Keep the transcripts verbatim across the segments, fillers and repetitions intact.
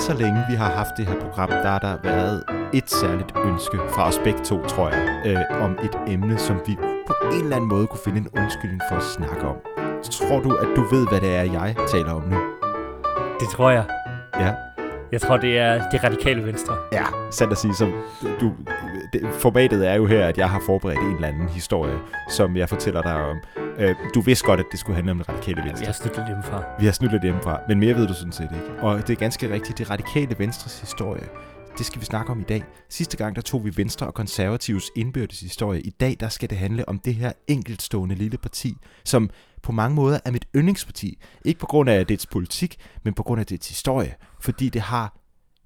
så længe vi har haft det her program, der har der været et særligt ønske fra os begge to, tror jeg, øh, om et emne, som vi på en eller anden måde kunne finde en undskyldning for at snakke om. Så tror du, at du ved, hvad det er, jeg taler om nu? Det tror jeg. Ja. Jeg tror, det er det radikale venstre. Ja, sandt at sige. Som du, det, formatet er jo her, at jeg har forberedt en eller anden historie, som jeg fortæller dig om. Øh, du vidste godt, at det skulle handle om det radikale venstre. Ja, vi har snydt lidt hjemmefra. Vi har snydt lidt hjemmefra, men mere ved du sådan set ikke. Og det er ganske rigtigt, det radikale venstres historie, det skal vi snakke om i dag. Sidste gang, der tog vi Venstre og Konservatives indbyrdes historie. I dag, der skal det handle om det her enkeltstående lille parti, som på mange måder er mit yndlingsparti. Ikke på grund af dets politik, men på grund af dets historie. Fordi det har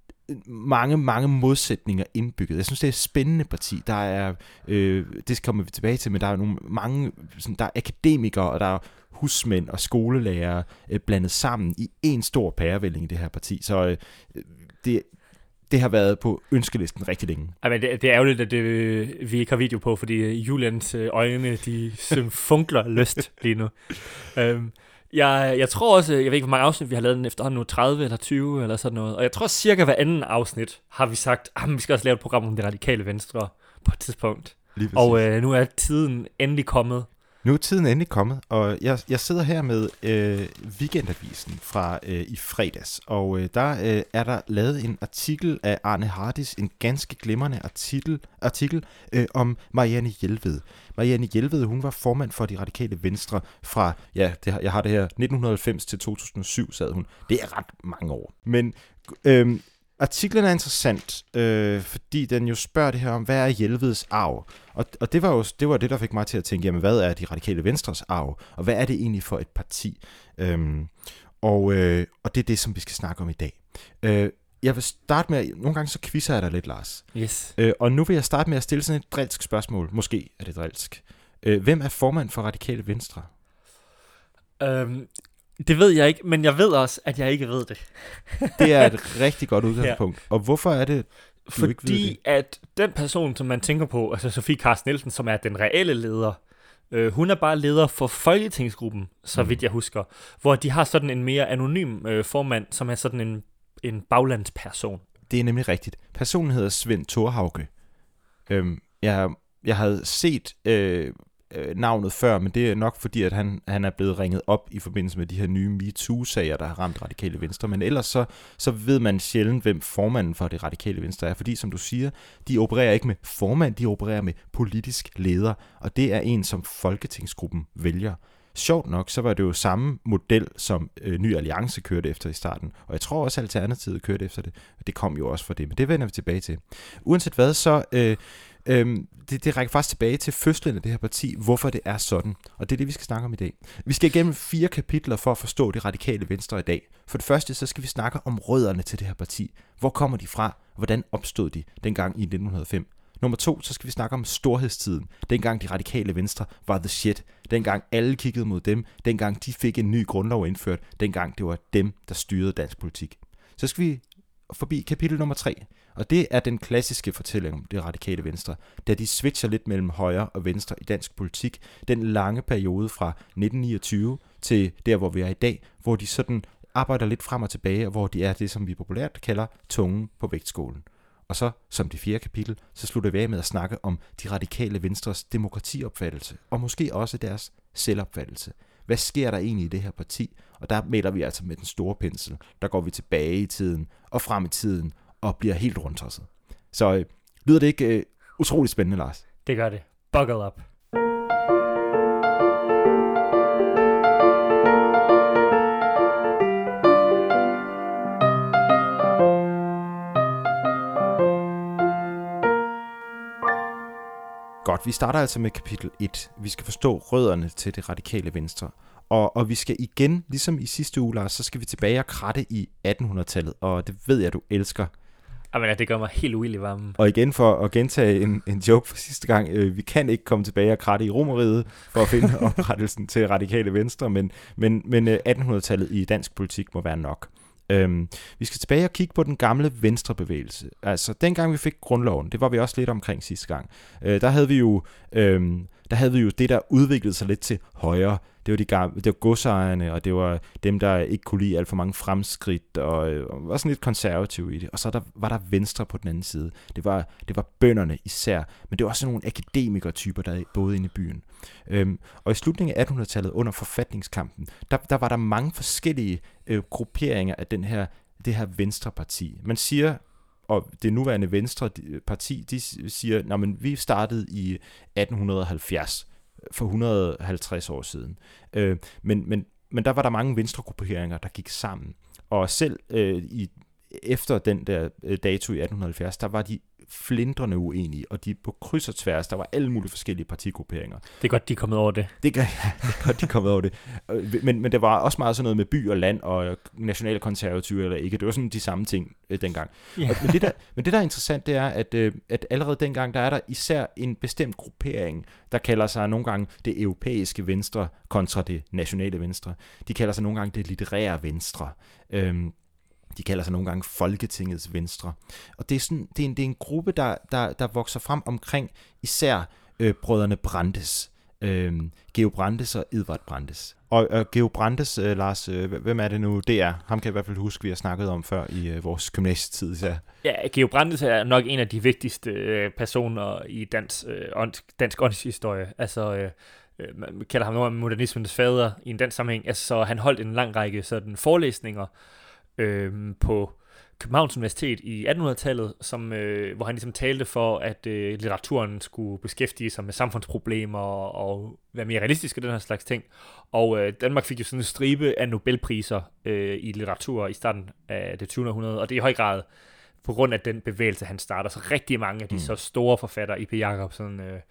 mange, mange modsætninger indbygget. Jeg synes, det er et spændende parti. Der er, øh, det kommer vi tilbage til, men der er nogle mange, sådan, der er akademikere, og der er husmænd og skolelærere øh, blandet sammen i en stor pærevælling i det her parti. Så øh, det Det har været på ønskelisten rigtig længe. Ej, men det, det er ærgerligt, at det, vi ikke har video på, fordi Julians øjne, de funkler lyst lige nu. Um, jeg, jeg tror også, jeg ved ikke, hvor mange afsnit vi har lavet den efterhånden nu, tredive eller tyve eller sådan noget. Og jeg tror cirka hver anden afsnit har vi sagt, at vi skal også lave et program om det radikale venstre på et tidspunkt. Og øh, nu er tiden endelig kommet. Nu er tiden endelig kommet, og jeg, jeg sidder her med øh, Weekendavisen fra øh, i fredags, og øh, der øh, er der lavet en artikel af Arne Hardis, en ganske glimrende artikel, artikel øh, om Marianne Jelved. Marianne Jelved, hun var formand for de radikale venstre fra, ja, det, jeg har det her, nitten halvfems til to tusind og syv sad hun. Det er ret mange år. Men øh, artiklen er interessant, øh, fordi den jo spørger det her om, hvad er Jelveds arv? Og, og det var jo det, var det, der fik mig til at tænke, jamen hvad er de radikale venstres arv? Og hvad er det egentlig for et parti? Øhm, og, øh, og det er det, som vi skal snakke om i dag. Øh, jeg vil starte med, nogle gange så quizzer jeg dig lidt, Lars. Yes. Øh, og nu vil jeg starte med at stille sådan et drilsk spørgsmål. Måske er det drilsk. Øh, hvem er formand for radikale venstre? Um Det ved jeg ikke, men jeg ved også, at jeg ikke ved det. Det er et rigtig godt udgangspunkt. Ja. Og hvorfor er det, du Fordi ikke ved det? At den person, som man tænker på, altså Sofie Carsten Nielsen, som er den reelle leder, øh, hun er bare leder for Folketingsgruppen, så mm. vidt jeg husker, hvor de har sådan en mere anonym øh, formand, som er sådan en, en baglandsperson. Det er nemlig rigtigt. Personen hedder Svend Thorhauge. Øhm, jeg, jeg havde set øh, navnet før, men det er nok fordi, at han, han er blevet ringet op i forbindelse med de her nye MeToo-sager, der har ramt radikale venstre. Men ellers så, så ved man sjældent, hvem formanden for det radikale venstre er, fordi som du siger, de opererer ikke med formand, de opererer med politisk leder, og det er en, som Folketingsgruppen vælger. Sjovt nok, så var det jo samme model, som øh, Ny Alliance kørte efter i starten, og jeg tror også, Alternativet kørte efter det, og det kom jo også fra det, men det vender vi tilbage til. Uanset hvad, så øh, øh, det, det rækker faktisk tilbage til fødslen af det her parti, hvorfor det er sådan, og det er det, vi skal snakke om i dag. Vi skal igennem fire kapitler for at forstå det radikale venstre i dag. For det første, så skal vi snakke om rødderne til det her parti. Hvor kommer de fra? Hvordan opstod de dengang i nitten hundrede og fem? Nummer to, så skal vi snakke om storhedstiden. Dengang de radikale venstre var the shit. Dengang alle kiggede mod dem. Dengang de fik en ny grundlov indført. Dengang det var dem, der styrede dansk politik. Så skal vi forbi kapitel nummer tre. Og det er den klassiske fortælling om det radikale venstre. Da de switcher lidt mellem højre og venstre i dansk politik. Den lange periode fra nitten niogtyve til der, hvor vi er i dag. Hvor de sådan arbejder lidt frem og tilbage. Og hvor de er det, som vi populært kalder tungen på vægtskålen. Og så, som det fjerde kapitel, så slutter vi af med at snakke om de radikale venstres demokratiopfattelse, og måske også deres selvopfattelse. Hvad sker der egentlig i det her parti? Og der maler vi altså med den store pensel. Der går vi tilbage i tiden og frem i tiden og bliver helt rundtosset. Så øh, lyder det ikke øh, utroligt spændende, Lars? Det gør det. Buckle up. Godt, vi starter altså med kapitel et. Vi skal forstå rødderne til det radikale venstre. Og, og vi skal igen, ligesom i sidste uge, Lars, så skal vi tilbage og kratte i attenhundredetallet. Og det ved jeg, du elsker. Jamen, det gør mig helt uild i varmen. Og igen for at gentage en, en joke fra sidste gang. Øh, vi kan ikke komme tilbage og kratte i Romerriget for at finde oprettelsen til radikale venstre. Men, men, men attenhundredetallet i dansk politik må være nok. Øhm, vi skal tilbage og kigge på den gamle venstrebevægelse. Altså dengang vi fik grundloven, det var vi også lidt omkring sidste gang. Øh, der havde vi jo, øhm, der havde vi jo det, der udviklede sig lidt til højre. Det var de gamle, det var godsejerne, og det var dem, der ikke kunne lide alt for mange fremskridt, og, og var sådan lidt konservative i det. Og så der, var der venstre på den anden side. Det var, det var bønderne især, men det var også nogle akademikertyper, der boede inde i byen. Øhm, og i slutningen af attenhundredetallet, under forfatningskampen, der, der var der mange forskellige øh, grupperinger af den her, det her venstreparti. Man siger, og det nuværende venstre parti, de siger, at vi startede i atten halvfjerds, for et hundrede og halvtreds år siden. Øh, men, men, men der var der mange venstregrupperinger, der gik sammen. Og selv øh, i, efter den der øh, dato i atten halvfjerds, der var de flindrende uenige, og de på kryds og tværs, der var alle mulige forskellige partigrupperinger. Det er godt, de er kommet over det. Det er, ja, det er godt, de er kommet over det. Men, men det var også meget sådan noget med by og land, og nationale konservative eller ikke. Det var sådan de samme ting øh, dengang. Yeah. Og, men, det der, men det, der er interessant, det er, at, øh, at allerede dengang, der er der især en bestemt gruppering, der kalder sig nogle gange det europæiske venstre kontra det nationale venstre. De kalder sig nogle gange det litterære venstre. Øhm, De kalder sig nogle gange Folketingets Venstre. Og det er, sådan, det er, en, det er en gruppe, der, der, der vokser frem omkring især øh, brødrene Brandes. Øh, Georg Brandes og Edvard Brandes. Og øh, Georg Brandes, øh, Lars, øh, hvem er det nu? Det er. Ham kan jeg i hvert fald huske, vi har snakket om før i øh, vores gymnasietid. Så. Ja, Georg Brandes er nok en af de vigtigste øh, personer i dansk, øh, dansk åndshistorie. Altså... Øh, man kalder ham nogle af modernismens fader i en dansk sammenhæng. Altså, så han holdt en lang række sådan forelæsninger øh, på Københavns Universitet i attenhundredetallet, som, øh, hvor han ligesom talte for, at øh, litteraturen skulle beskæftige sig med samfundsproblemer og, og være mere realistisk og den her slags ting. Og øh, Danmark fik jo sådan en stribe af Nobelpriser øh, i litteratur i starten af det tyvende århundrede, og det er i høj grad på grund af den bevægelse, han starter. Så rigtig mange af de mm. så store forfattere, I P Jacobsen, øh,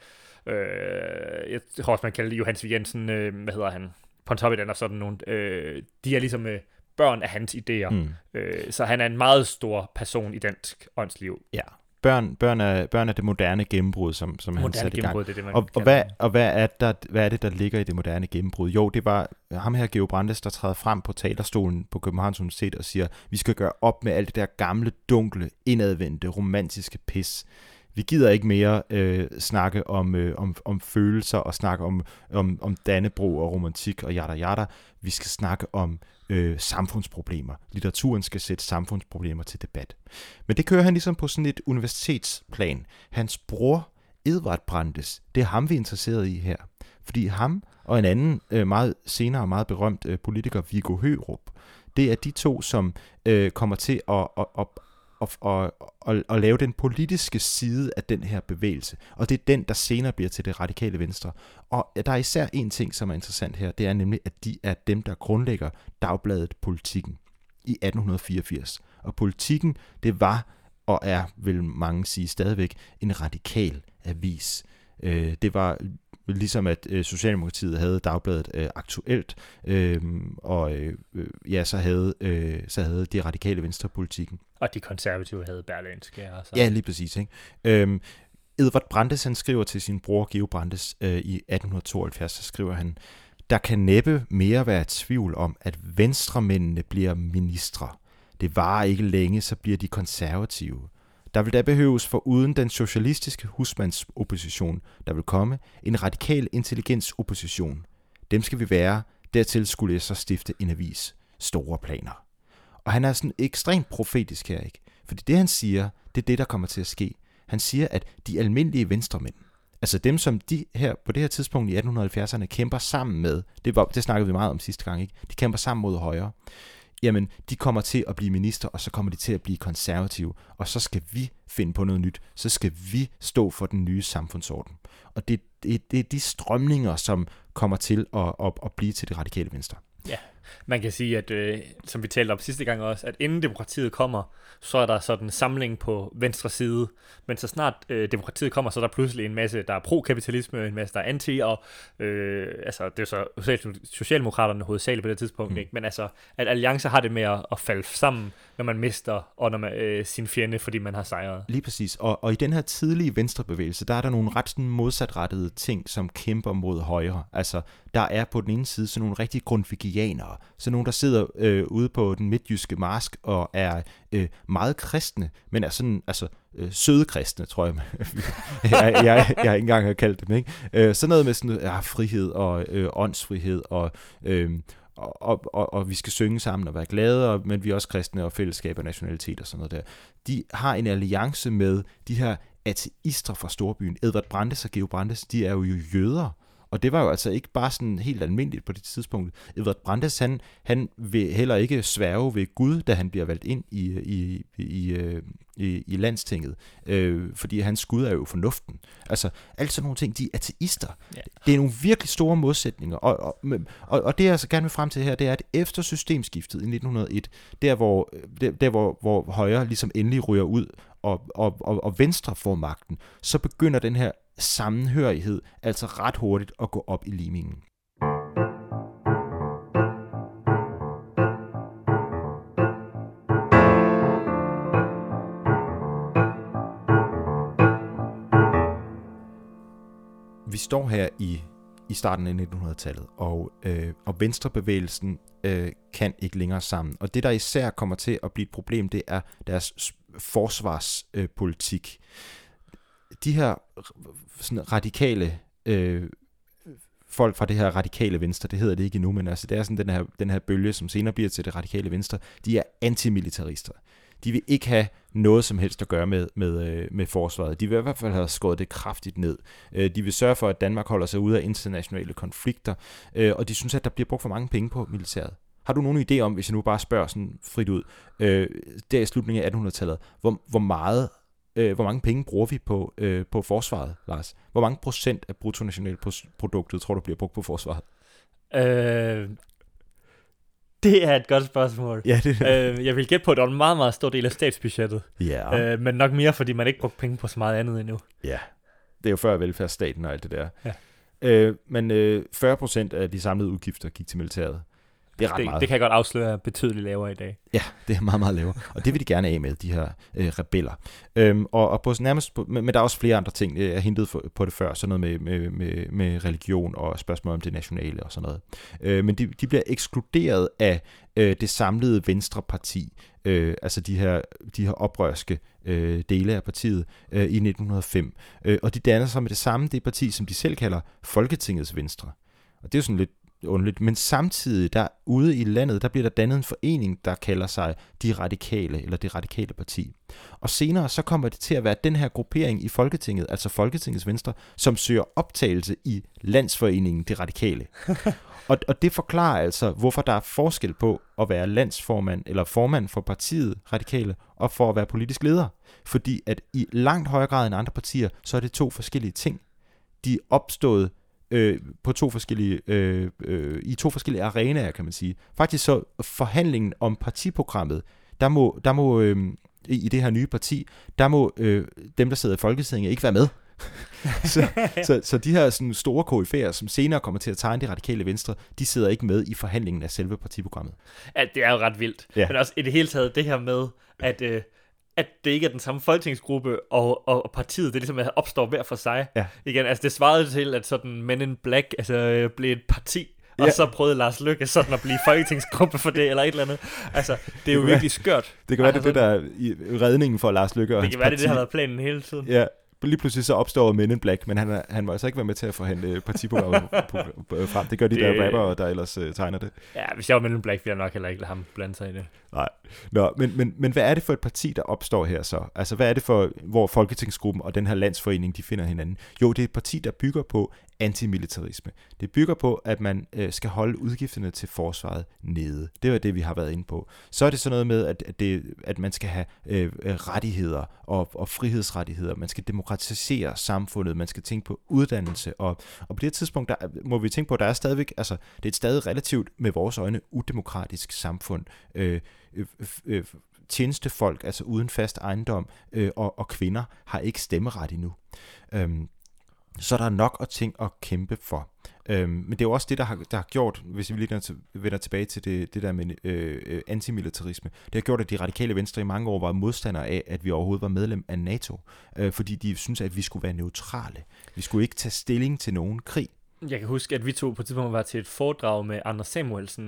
øh, jeg tror også, man kalder det Johannes V. Jensen, øh, hvad hedder han, Pontoppidan og sådan nogle, øh, de er ligesom... Øh, børn af hans idéer. Mm. Øh, så han er en meget stor person i dansk åndsliv. Ja, børn, børn, er, børn er det moderne gennembrud, som, som han satte i gang. Det, det, og og, hvad, og hvad, er der, hvad er det, der ligger i det moderne gennembrud? Jo, det var ham her, Georg Brandes, der træder frem på talerstolen på Københavns Universitet og siger, vi skal gøre op med alt det der gamle, dunkle, indadvendte, romantiske pis. Vi gider ikke mere øh, snakke om, øh, om, om følelser og snakke om, om, om Dannebrog og romantik og jada jada. Vi skal snakke om øh, samfundsproblemer. Litteraturen skal sætte samfundsproblemer til debat. Men det kører han ligesom på sådan et universitetsplan. Hans bror, Edvard Brandes, det er ham, vi er interesseret i her. Fordi ham og en anden øh, meget senere og meget berømt øh, politiker, Viggo Hørup, det er de to, som øh, kommer til at... at, at Og, og, og, og lave den politiske side af den her bevægelse. Og det er den, der senere bliver til det radikale venstre. Og der er især en ting, som er interessant her, det er nemlig, at de er dem, der grundlægger dagbladet Politiken i atten fireogfirs. Og Politiken, det var og er, vil mange sige stadigvæk, en radikal avis. Øh, det var ligesom at øh, Socialdemokratiet havde dagbladet øh, Aktuelt, øh, og øh, ja, så havde, øh, så havde de radikale venstre Politiken. Og de konservative havde Berlingske. Altså. Ja, lige præcis. Ikke? Øhm, Edvard Brandes, han skriver til sin bror Georg Brandes øh, i atten tooghalvfjerds, så skriver han, der kan næppe mere være tvivl om, at venstremændene bliver ministre. Det varer ikke længe, så bliver de konservative. Der vil da behøves for uden den socialistiske husmandsopposition, der vil komme, en radikal intelligensopposition. Dem skal vi være, dertil skulle jeg så stifte en avis. Store planer. Og han er sådan ekstremt profetisk her, ikke? Fordi det, han siger, det er det, der kommer til at ske. Han siger, at de almindelige venstremænd, altså dem, som de her på det her tidspunkt i atten halvfjerdserne kæmper sammen med, det, var, det snakkede vi meget om sidste gang, ikke? De kæmper sammen mod højre. Jamen, de kommer til at blive minister, og så kommer de til at blive konservative, og så skal vi finde på noget nyt, så skal vi stå for den nye samfundsorden. Og det, det, det er de strømninger, som kommer til at, at, at blive til det radikale venstre. Ja, man kan sige, at øh, som vi talte om sidste gang også, at inden demokratiet kommer, så er der sådan en samling på venstre side, men så snart øh, demokratiet kommer, så er der pludselig en masse, der er pro-kapitalisme, en masse, der er anti, og øh, altså, det er så Socialdemokraterne hovedsageligt på det tidspunkt, mm. ikke? Men altså, at alliancer har det med at, at falde sammen, når man mister og når man, øh, sin fjende, fordi man har sejret. Lige præcis, og, og i den her tidlige venstrebevægelse, der er der nogle ret sådan modsatrettede ting, som kæmper mod højre. Altså, der er på den ene side sådan nogle rigtig grundtvigianere, sådan nogle, der sidder øh, ude på den midtjyske marsk og er øh, meget kristne, men er sådan, altså øh, søde kristne, tror jeg, jeg, jeg, jeg, jeg ikke engang har kaldt dem, ikke? Øh, sådan noget med sådan, ja, frihed og øh, åndsfrihed, og, øh, og, og, og, og vi skal synge sammen og være glade, og, men vi er også kristne og fællesskab og nationalitet og sådan noget der. De har en alliance med de her ateister fra storbyen. Edvard Brandes og Georg Brandes, de er jo jøder. Og det var jo altså ikke bare sådan helt almindeligt på det tidspunkt. Edvard Brandes, han, han vil heller ikke sværge ved Gud, da han bliver valgt ind i, i, i, i, i landstinget. Øh, fordi hans Gud er jo fornuften. Altså, alt sådan nogle ting, de er ateister. Ja. Det er nogle virkelig store modsætninger. Og, og, og, og det jeg altså gerne vil frem til her, det er, at efter systemskiftet i nitten hundrede og et, der hvor, der, der hvor, hvor højre ligesom endelig ryger ud, og, og, og, og venstre får magten, så begynder den her sammenhørighed altså ret hurtigt at gå op i limingen. Vi står her i, i starten af nitten hundrede-tallet, og, øh, og venstrebevægelsen øh, kan ikke længere sammen. Og det, der især kommer til at blive et problem, det er deres forsvarspolitik. Øh, de her sådan radikale øh, folk fra det her radikale venstre, det hedder det ikke endnu, men altså det er sådan den her, den her bølge, som senere bliver til det radikale venstre, de er antimilitarister. De vil ikke have noget som helst at gøre med, med, med forsvaret. De vil i hvert fald have skåret det kraftigt ned. De vil sørge for, at Danmark holder sig ude af internationale konflikter, og de synes, at der bliver brugt for mange penge på militæret. Har du nogen idé om, hvis jeg nu bare spørger sådan frit ud, der i slutningen af attenhundrede-tallet, hvor, hvor meget hvor mange penge bruger vi på, på forsvaret, Lars? Hvor mange procent af bruttonationalproduktet tror du bliver brugt på forsvaret? Øh... Det er et godt spørgsmål. Ja, det er. Øh, jeg vil gætte på, at det var en meget, meget stor del af statsbudgettet. Ja. Øh, men nok mere, fordi man ikke brugte penge på så meget andet endnu. Ja, det er jo før velfærdsstaten og alt det der. Ja. Øh, men øh, fyrre procent af de samlede udgifter gik til militæret. Det er ret det, meget. Det kan jeg godt afsløre er betydeligt lavere i dag. Ja, det er meget, meget lavere. Og det vil de gerne af med, de her øh, rebeller. Øhm, og, og på nærmest på, men, men der er også flere andre ting. Jeg hintede på det før, sådan noget med, med, med, med religion og spørgsmål om det nationale og sådan noget. Øh, men de, de bliver ekskluderet af øh, det samlede Venstreparti, øh, altså de her, de her oprørske øh, dele af partiet øh, i nitten hundrede og fem. Øh, og de danner sig med det samme, det parti, som de selv kalder Folketingets Venstre. Og det er jo sådan lidt underligt, men samtidig der ude i landet, der bliver der dannet en forening, der kalder sig De Radikale, eller Det Radikale Parti. Og senere så kommer det til at være den her gruppering i Folketinget, altså Folketingets Venstre, som søger optagelse i Landsforeningen De Radikale. og, og det forklarer altså, hvorfor der er forskel på at være landsformand, eller formand for partiet Radikale, og for at være politisk leder. Fordi at i langt højere grad end andre partier, så er det to forskellige ting. De er opstået Øh, på to forskellige øh, øh, i to forskellige arenaer, kan man sige. Faktisk så forhandlingen om partiprogrammet, der må, der må øh, i det her nye parti, der må øh, dem, der sidder i Folketinget, ikke være med. så, så, så de her sådan store koryfæer, som senere kommer til at tegne Det Radikale Venstre, de sidder ikke med i forhandlingen af selve partiprogrammet. Ja, det er jo ret vildt. Ja. Men også i det hele taget det her med, at øh, at det ikke er den samme folketingsgruppe, og, og, og partiet, det ligesom opstår hver for sig. Ja. Igen, altså det svarede til, at sådan Men in Black altså, blev et parti, og ja. Så prøvede Lars Løkke sådan at blive folketingsgruppe for det, eller et eller andet. Altså, det er jo virkelig skørt. Det kan være, altså, det er det, der i redningen for Lars Løkke og hans parti. Det kan være, det, det har været planen hele tiden. Ja. Lige pludselig så opstår Men in Black, men han, han må altså ikke være med til at forhandle partiprogrammet frem. Det gør de det, der rapper, der ellers uh, tegner det. Ja, hvis jeg var Men in Black, ville jeg nok heller ikke lade ham blande sig i det. Nej. Nå, men, men, men hvad er det for et parti, der opstår her så? Altså, hvad er det for, hvor Folketingsgruppen og den her landsforening, de finder hinanden? Jo, det er et parti, der bygger på antimilitarisme. Det bygger på, at man øh, skal holde udgifterne til forsvaret nede. Det er det, vi har været inde på. Så er det sådan noget med, at, at, det, at man skal have øh, rettigheder og, og frihedsrettigheder. Man skal demokratisere samfundet. Man skal tænke på uddannelse. Og, og på det tidspunkt, der må vi tænke på, at der er stadigvæk, altså, det er et stadig relativt med vores øjne udemokratisk samfund. Øh, øh, øh, tjenestefolk, altså uden fast ejendom, øh, og, og kvinder har ikke stemmeret endnu. Øhm, Så er der nok at ting at kæmpe for. Øhm, men det er jo også det, der har, der har gjort, hvis vi lige vender tilbage til det, det der med øh, antimilitarisme, det har gjort, at de radikale venstre i mange år var modstandere af, at vi overhovedet var medlem af NATO, øh, fordi de synes, at vi skulle være neutrale. Vi skulle ikke tage stilling til nogen krig. Jeg kan huske, at vi to på et tidspunkt var til et foredrag med Anders Samuelsen,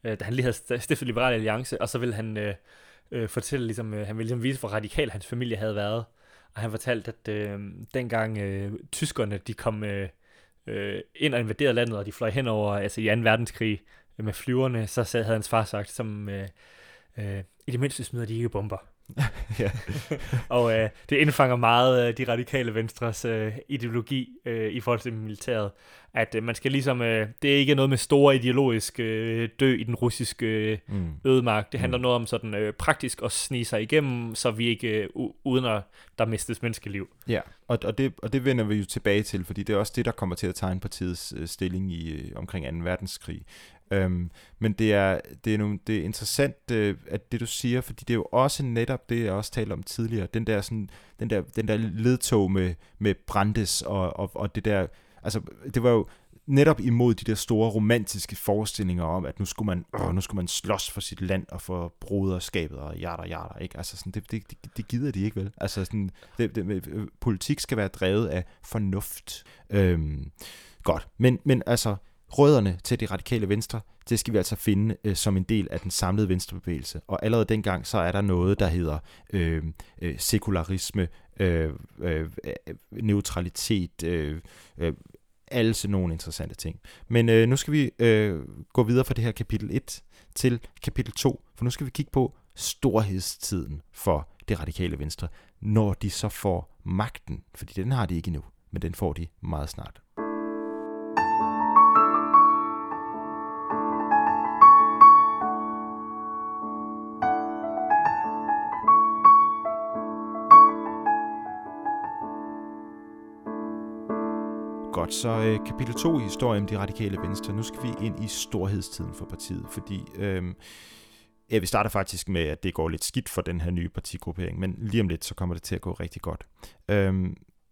øh, da han lige havde stiftet Liberal Alliance, og så ville han øh, øh, fortælle, ligesom, øh, han ville ligesom vise, hvor radikal hans familie havde været. Og han fortalte, at øh, dengang øh, tyskerne, de kom øh, øh, ind og invaderede landet, og de fløj henover, altså i anden verdenskrig øh, med flyverne, så havde hans far sagt, som øh, øh, i det mindste smider de ikke bomber. Ja. Og øh, det indfanger meget øh, de radikale venstres øh, ideologi øh, i forhold til militæret, at øh, man skal ligesom, øh, det er ikke noget med store ideologisk øh, dø i den russiske øh, mm. ødemark, det handler mm. noget om sådan øh, praktisk at snige sig igennem, så vi ikke, øh, u- uden at der mistes menneskeliv. Ja, og, og, det, og det vender vi jo tilbage til, fordi det er også det, der kommer til at tegne partiets øh, stilling i øh, omkring anden verdenskrig. Øhm, men det er, det, er nogle, det er interessant, øh, at det du siger, fordi det er jo også netop det, jeg også talte om tidligere, den der, sådan, den der, den der ledtog med, med Brandes og, og, og det der, altså det var jo netop imod de der store romantiske forestillinger om, at nu skulle man, øh, nu skulle man slås for sit land og for broderskabet og jada jada, ikke? Altså sådan, det, det, det, det gider de ikke vel. Altså sådan, det, det, politik skal være drevet af fornuft. Øhm, godt, men, men altså rødderne til det radikale venstre, det skal vi altså finde øh, som en del af den samlede venstrebevægelse. Og allerede dengang, så er der noget, der hedder øh, øh, sekularisme, øh, øh, neutralitet, øh, øh, alle sådan nogle interessante ting. Men øh, nu skal vi øh, gå videre fra det her kapitel et til kapitel to, for nu skal vi kigge på storhedstiden for det radikale venstre, når de så får magten, fordi den har de ikke endnu, men den får de meget snart. Godt, så øh, kapitel to i historien om de radikale venstre. Nu skal vi ind i storhedstiden for partiet, fordi øh, ja, vi starter faktisk med, at det går lidt skidt for den her nye partigruppering, men lige om lidt, så kommer det til at gå rigtig godt. Øh,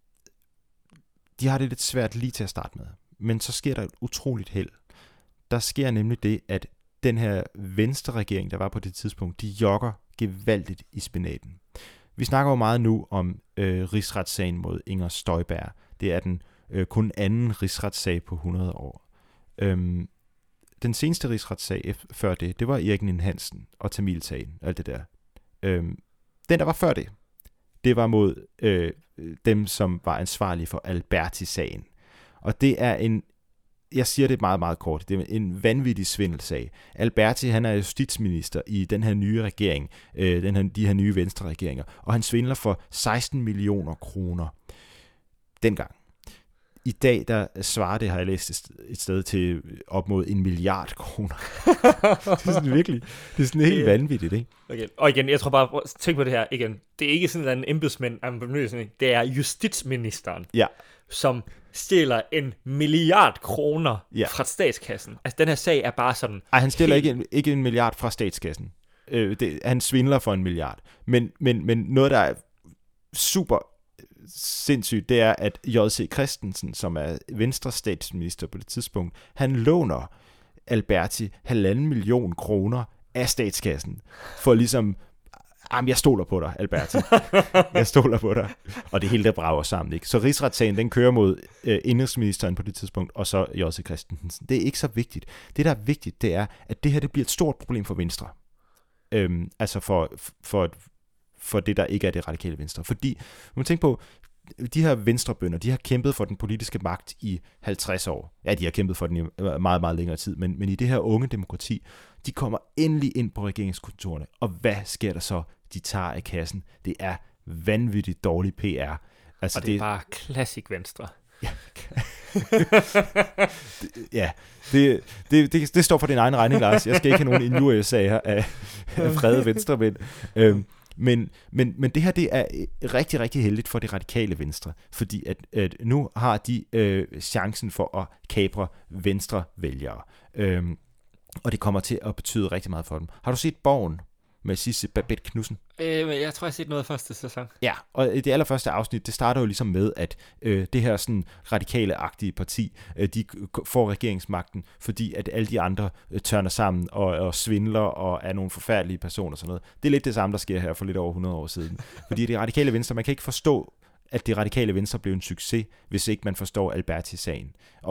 de har det lidt svært lige til at starte med, men så sker der et utroligt held. Der sker nemlig det, at den her venstre regering, der var på det tidspunkt, de jogger gevaldigt i spinaten. Vi snakker jo meget nu om øh, rigsretssagen mod Inger Støjberg. Det er den Øh, kun anden rigsretssag på hundrede år. Øhm, den seneste rigsretssag f- før det, det var Erik Ninn-Hansen og Tamilsagen, alt det der. Øhm, den, der var før det, det var mod øh, dem, som var ansvarlige for Alberti-sagen. Og det er en, jeg siger det meget, meget kort, det er en vanvittig svindelsag. Alberti, han er justitsminister i den her nye regering, øh, den her, de her nye venstre-regeringer, og han svindler for seksten millioner kroner dengang. I dag, der svarer det, har jeg læst et sted til op mod en milliard kroner. Det er sådan virkelig, det er sådan helt yeah. vanvittigt, ikke? Okay. Og igen, jeg tror bare, tænk på det her igen. Det er ikke sådan en embedsmænd, det er justitsministeren, ja. som stjæler en milliard kroner ja. fra statskassen. Altså, den her sag er bare sådan... Ej, han stjæler helt... ikke, en, ikke en milliard fra statskassen. Øh, det, han svindler for en milliard. Men, men, men noget, der er super sindssygt, det er, at J C Christensen, som er Venstre statsminister på det tidspunkt, han låner Alberti halvanden million kroner af statskassen, for ligesom, jamen jeg stoler på dig, Alberti. Jeg stoler på dig. Og det hele der brager sammen, ikke? Så rigsretssagen, den kører mod øh, indrigsministeren på det tidspunkt, og så J C Christensen. Det er ikke så vigtigt. Det, der er vigtigt, det er, at det her, det bliver et stort problem for Venstre. Øhm, altså for, for for det, der ikke er det radikale venstre. Fordi, man må tænke på, de her venstrebønder, de har kæmpet for den politiske magt i halvtreds år. Ja, de har kæmpet for den i meget, meget længere tid, men, men i det her unge demokrati, de kommer endelig ind på regeringskontorerne. Og hvad sker der så? De tager af kassen. Det er vanvittigt dårlig P R. Altså, og det er det, bare klassik venstre. Ja, ja det, det, det, det står for din egen regning, Lars. Jeg skal ikke have nogen injuriesager af, af frede venstremænd. Øhm, Men, men, men det her, det er rigtig, rigtig heldigt for det radikale venstre, fordi at, at nu har de øh, chancen for at kapre venstre vælgere. Øhm, og det kommer til at betyde rigtig meget for dem. Har du set Borgen med Sisse Babette Knudsen? Øh, jeg tror, jeg har set noget af første sæson. Ja, og det allerførste afsnit, det starter jo ligesom med, at øh, det her sådan radikale-agtige parti, øh, de får regeringsmagten, fordi at alle de andre øh, tørner sammen og, og svindler og er nogle forfærdelige personer og sådan noget. Det er lidt det samme, der sker her for lidt over hundrede år siden. Fordi det radikale venstre, man kan ikke forstå, at det radikale venstre blev en succes, hvis ikke man forstår Alberti-sagen, og hvor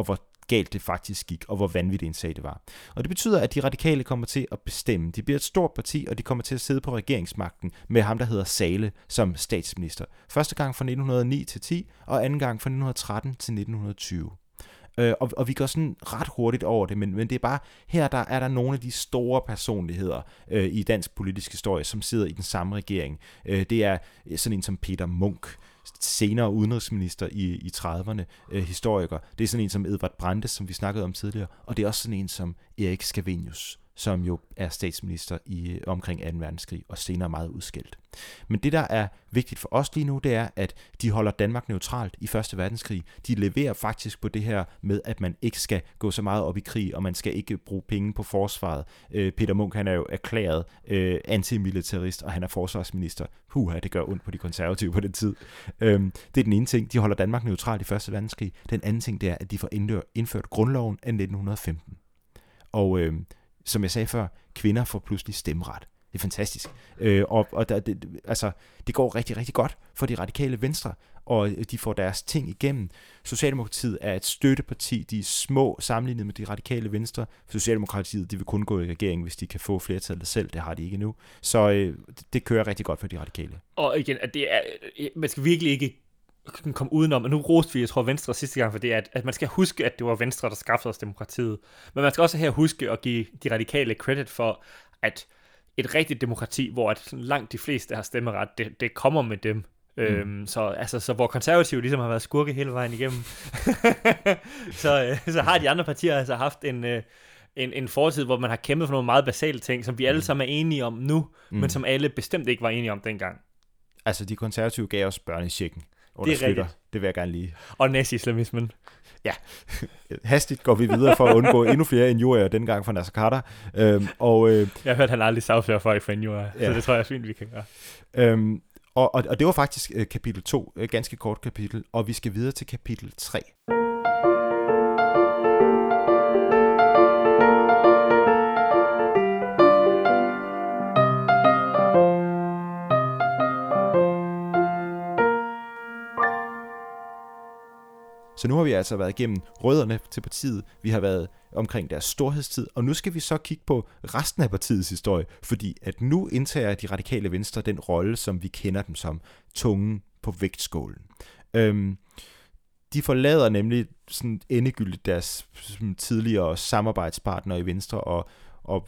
galt det faktisk gik, og hvor vanvittig en sag det var. Og det betyder, at de radikale kommer til at bestemme. De bliver et stort parti, og de kommer til at sidde på regeringsmagten med ham, der hedder Zahle, som statsminister. Første gang fra nitten hundrede og ni til ti, og anden gang fra nitten hundrede og tretten til nitten hundrede og tyve. Øh, og, og vi går sådan ret hurtigt over det, men, men det er bare, her der er der nogle af de store personligheder øh, i dansk politisk historie, som sidder i den samme regering. Øh, det er sådan en som Peter Munk, senere udenrigsminister i, i trediverne, øh, historiker. Det er sådan en som Edvard Brandes, som vi snakkede om tidligere, og det er også sådan en som Erik Scavenius, som jo er statsminister i omkring anden verdenskrig, og senere meget udskældt. Men det, der er vigtigt for os lige nu, det er, at de holder Danmark neutralt i første verdenskrig. De leverer faktisk på det her med, at man ikke skal gå så meget op i krig, og man skal ikke bruge penge på forsvaret. Øh, Peter Munk, han er jo erklæret øh, antimilitarist, og han er forsvarsminister. Puha, det gør ondt på de konservative på den tid. Øh, det er den ene ting. De holder Danmark neutralt i første verdenskrig. Den anden ting, det er, at de får indført grundloven af nitten femten. Og øh, som jeg sagde før, kvinder får pludselig stemmeret. Det er fantastisk. Øh, og og der, det, altså, det går rigtig, rigtig godt for de radikale venstre, og de får deres ting igennem. Socialdemokratiet er et støtteparti. De er små sammenlignet med de radikale venstre. Socialdemokratiet, de vil kun gå i regering, hvis de kan få flertallet selv. Det har de ikke nu. Så øh, det kører rigtig godt for de radikale. Og igen, at det er, man skal virkelig ikke komme udenom, og nu roste vi, jeg tror, Venstre sidste gang for det, at, at man skal huske, at det var Venstre, der skaffede os demokratiet. Men man skal også her huske at give de radikale credit for, at et rigtigt demokrati, hvor at langt de fleste har stemmeret, det, det kommer med dem. Mm. Øhm, så, altså, så hvor konservative ligesom har været skurke hele vejen igennem, så, øh, så har de andre partier altså haft en, øh, en, en fortid, hvor man har kæmpet for nogle meget basale ting, som vi alle sammen er enige om nu, mm. men som alle bestemt ikke var enige om dengang. Altså, de konservative gav os børnechecken. Det er rigtigt. Det vil jeg gerne lige. Og nazi-islamismen. Ja, hastigt går vi videre for at undgå endnu flere injurier, dengang fra Nasser Carter. Øhm, og, øh, jeg har hørt, at han aldrig sagfører folk for injurier, ja. Så det tror jeg er fint, vi kan gøre. Øhm, og, og, og det var faktisk øh, kapitel to, øh, ganske kort kapitel, og vi skal videre til kapitel tre. Så nu har vi altså været igennem rødderne til partiet, vi har været omkring deres storhedstid, og nu skal vi så kigge på resten af partiets historie, fordi at nu indtager de radikale venstre den rolle, som vi kender dem som, tungen på vægtskålen. Øhm, de forlader nemlig sådan endegyldigt deres sådan, tidligere samarbejdspartnere i Venstre, og, og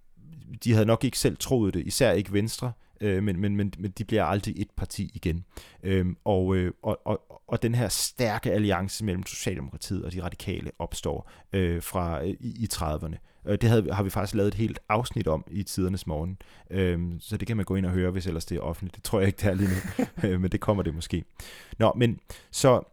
de havde nok ikke selv troet det, især ikke Venstre, øh, men, men, men, men de bliver aldrig et parti igen. Øhm, og, øh, og, og, og den her stærke alliance mellem Socialdemokratiet og de radikale opstår øh, fra i, i trediverne. Det havde, har vi faktisk lavet et helt afsnit om i Tidernes Morgen, øhm, så det kan man gå ind og høre, hvis ellers det er offentligt. Det tror jeg ikke, det er lige nu, men det kommer det måske. Nå, men så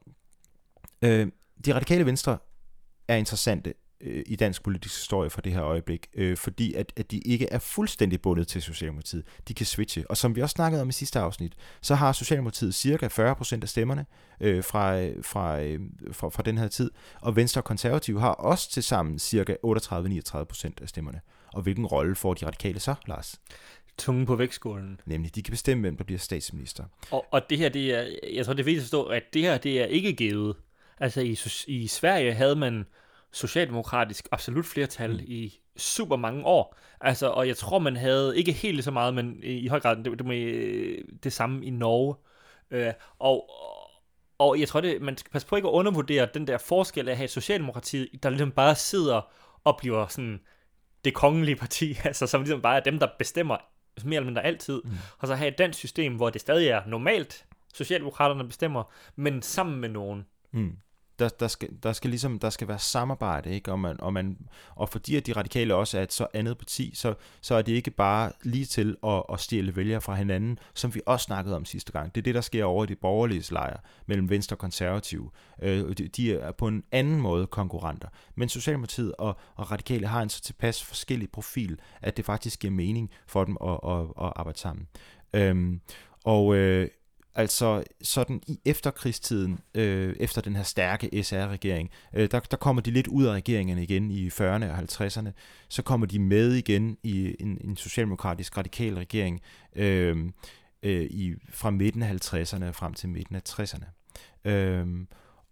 øh, de radikale venstre er interessante øh, i dansk politisk historie for det her øjeblik, øh, fordi at, at de ikke er fuldstændig bundet til Socialdemokratiet. De kan switche, og som vi også snakkede om i sidste afsnit, så har Socialdemokratiet cirka fyrre procent af stemmerne øh, fra, fra, øh, fra, fra den her tid, og Venstre og Konservative har også til sammen cirka otteogtredive til niogtredive procent af stemmerne. Og hvilken rolle får de radikale så, Lars? Tungen på vægtskålen. Nemlig, de kan bestemme, hvem der bliver statsminister. Og, og det her, det er, jeg tror, det er vigtigt at forstå, at det her, det er ikke givet. Altså i, i Sverige havde man socialdemokratisk absolut flertal mm. i super mange år. Altså, og jeg tror, man havde ikke helt så meget, men i høj grad det, det, det, det samme i Norge. Øh, og, og jeg tror, det, man skal passe på ikke at undervurdere den der forskel af at have Socialdemokratiet, der ligesom bare sidder og bliver sådan det kongelige parti, altså som ligesom bare er dem, der bestemmer mere eller mindre altid, mm. og så have et dansk system, hvor det stadig er normalt, Socialdemokraterne bestemmer, men sammen med nogen. Mm. Der, der, skal, der skal ligesom der skal være samarbejde, ikke? Og, man, og, man, og fordi at de radikale også er et så andet parti, så, så er det ikke bare lige til at, at stjæle vælgere fra hinanden, som vi også snakkede om sidste gang. Det er det, der sker over i de borgerlige lejre mellem Venstre og Konservative. Øh, de, de er på en anden måde konkurrenter. Men Socialdemokratiet og, og radikale har en så tilpas forskellig profil, at det faktisk giver mening for dem at, at, at arbejde sammen. Øhm, og øh, Altså sådan i efterkrigstiden, øh, efter den her stærke S R-regering, øh, der, der kommer de lidt ud af regeringerne igen i fyrrerne og halvtredserne. Så kommer de med igen i en, en socialdemokratisk radikal regering øh, øh, i, fra midten af halvtredserne frem til midten af tresserne. Øh,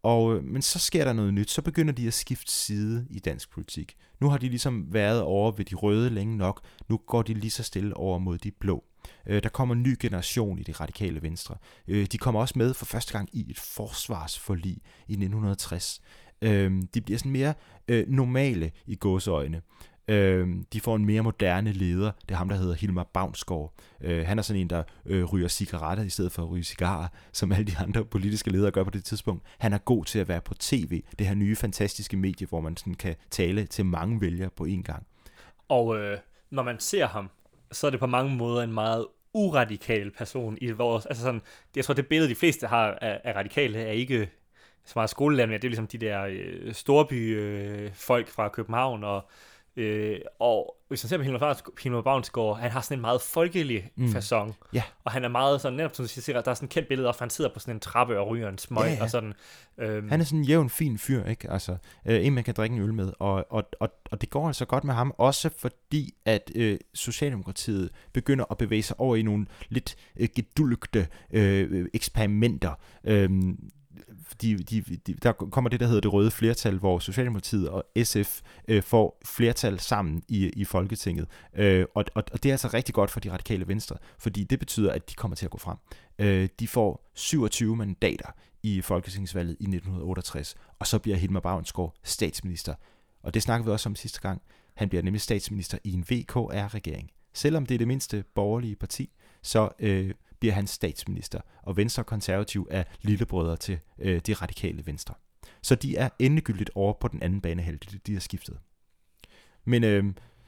Og, men så sker der noget nyt, så begynder de at skifte side i dansk politik. Nu har de ligesom været over ved de røde længe nok, nu går de lige så stille over mod de blå. Øh, der kommer en ny generation i det radikale venstre. Øh, de kommer også med for første gang i et forsvarsforlig i nitten tres. Øh, de bliver sådan mere øh, normale i gåseøjne. Øh, de får en mere moderne leder. Det er ham, der hedder Hilmar Baunsgaard. Øh, han er sådan en, der øh, ryger cigaretter i stedet for at ryge cigarer, som alle de andre politiske ledere gør på det tidspunkt. Han er god til at være på tv. Det her nye, fantastiske medie, hvor man sådan kan tale til mange vælgere på én gang. Og øh, når man ser ham, så er det på mange måder en meget uradikal person i vores... Altså sådan, jeg tror, det billede, de fleste har af, af radikale, er ikke så meget skolelærer, det er ligesom de der øh, storby øh, folk fra København, og Øh, og hvis man ser på Hilmar Baunsgaard, han har sådan en meget folkelig mm. facon, yeah. og han er meget sådan, netop som du siger, der er sådan et kendt billede, og han sidder på sådan en trappe og ryger en smøg, yeah, yeah. og sådan. Øhm. Han er sådan en jævn, fin fyr, ikke? Altså, øh, en man kan drikke en øl med, og, og, og, og det går altså godt med ham, også fordi, at øh, Socialdemokratiet begynder at bevæge sig over i nogle lidt øh, gedulgte øh, eksperimenter. Øh, De, de, de, der kommer det, der hedder det røde flertal, hvor Socialdemokratiet og S F øh, får flertal sammen i, i Folketinget. Øh, og, og, og det er altså rigtig godt for de radikale venstre, fordi det betyder, at de kommer til at gå frem. Øh, de får syvogtyve mandater i folketingsvalget i nitten otteogtres, og så bliver Hilmar Baunsgaard statsminister. Og det snakkede vi også om sidste gang. Han bliver nemlig statsminister i en V K R-regering. Selvom det er det mindste borgerlige parti, så øh, bliver han statsminister, og Venstre og Konservativ er lillebrødre til øh, de radikale venstre. Så de er endegyldigt over på den anden banehalvdel, de, de har skiftet. Men øh,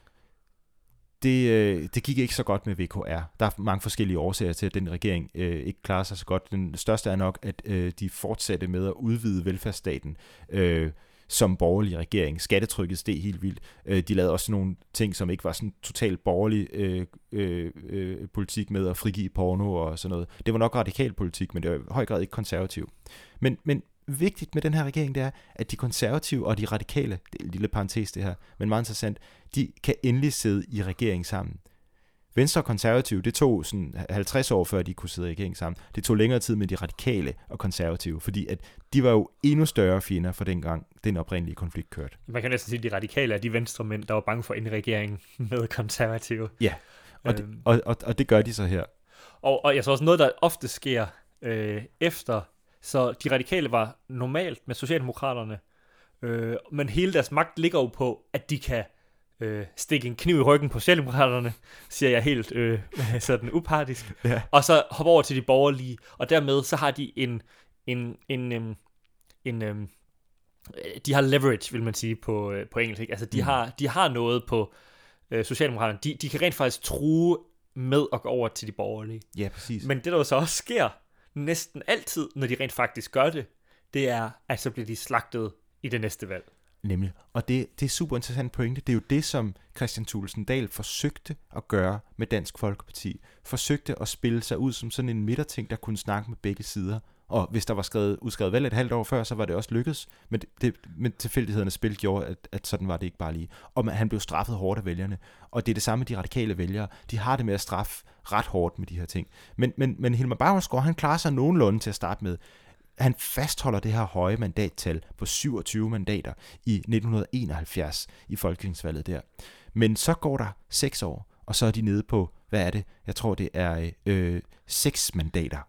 det, øh, det gik ikke så godt med V K R. Der er mange forskellige årsager til, at den regering øh, ikke klarer sig så godt. Den største er nok, at øh, de fortsatte med at udvide velfærdsstaten øh, som borgerlig regering. Skattetrykket steg helt vildt. Øh, de lavede også nogle ting, som ikke var sådan totalt borgerlig øh, øh, øh, politik med at frigive porno og sådan noget. Det var nok radikal politik, men det var i høj grad ikke konservativ. Men, men vigtigt med den her regering, det er, at de konservative og de radikale, det er en lille parentes det her, men meget interessant, de kan endelig sidde i regering sammen. Venstre og konservative, det tog sådan halvtreds år før de kunne sidde i regering sammen. Det tog længere tid med de radikale og konservative, fordi at de var jo endnu større fjender for dengang den oprindelige konflikt kørte. Man kan næsten sige, at de radikale er de venstre mænd, der var bange for en regering med konservative. Ja, og, øhm. det, og, og, og det gør de så her. Og, og jeg tror også noget, der ofte sker øh, efter, så de radikale var normalt med socialdemokraterne, øh, men hele deres magt ligger jo på, at de kan Øh, stikke en kniv i ryggen på socialdemokraterne, siger jeg helt øh, sådan upartisk, ja. Og så hoppe over til de borgerlige, og dermed så har de en, en, en, en, en en de har leverage, vil man sige på, på engelsk, ikke? Altså de, mm. har, de har noget på øh, socialdemokraterne, de, de kan rent faktisk true med at gå over til de borgerlige. Ja, præcis. Men det der jo så også sker næsten altid, når de rent faktisk gør det, det er, at så bliver de slagtet i det næste valg. Nemlig. Og det, det er super interessant pointe. Det er jo det, som Kristian Thulesen Dahl forsøgte at gøre med Dansk Folkeparti. Forsøgte at spille sig ud som sådan en midterting, der kunne snakke med begge sider. Og hvis der var skrevet, udskrevet valg et halvt år før, så var det også lykkedes. Men, det, det, men tilfældighedernes spil gjorde, at, at sådan var det ikke bare lige. Og man, han blev straffet hårdt af vælgerne. Og det er det samme med de radikale vælgere. De har det med at straffe ret hårdt med de her ting. Men, men, men Hilmar Baunsgaard, han klarer sig nogenlunde til at starte med. Han fastholder det her høje mandattal på syvogtyve mandater i nitten enoghalvfjerds i folketingsvalget der. Men så går der seks år, og så er de nede på, hvad er det? Jeg tror, det er øh, seks mandater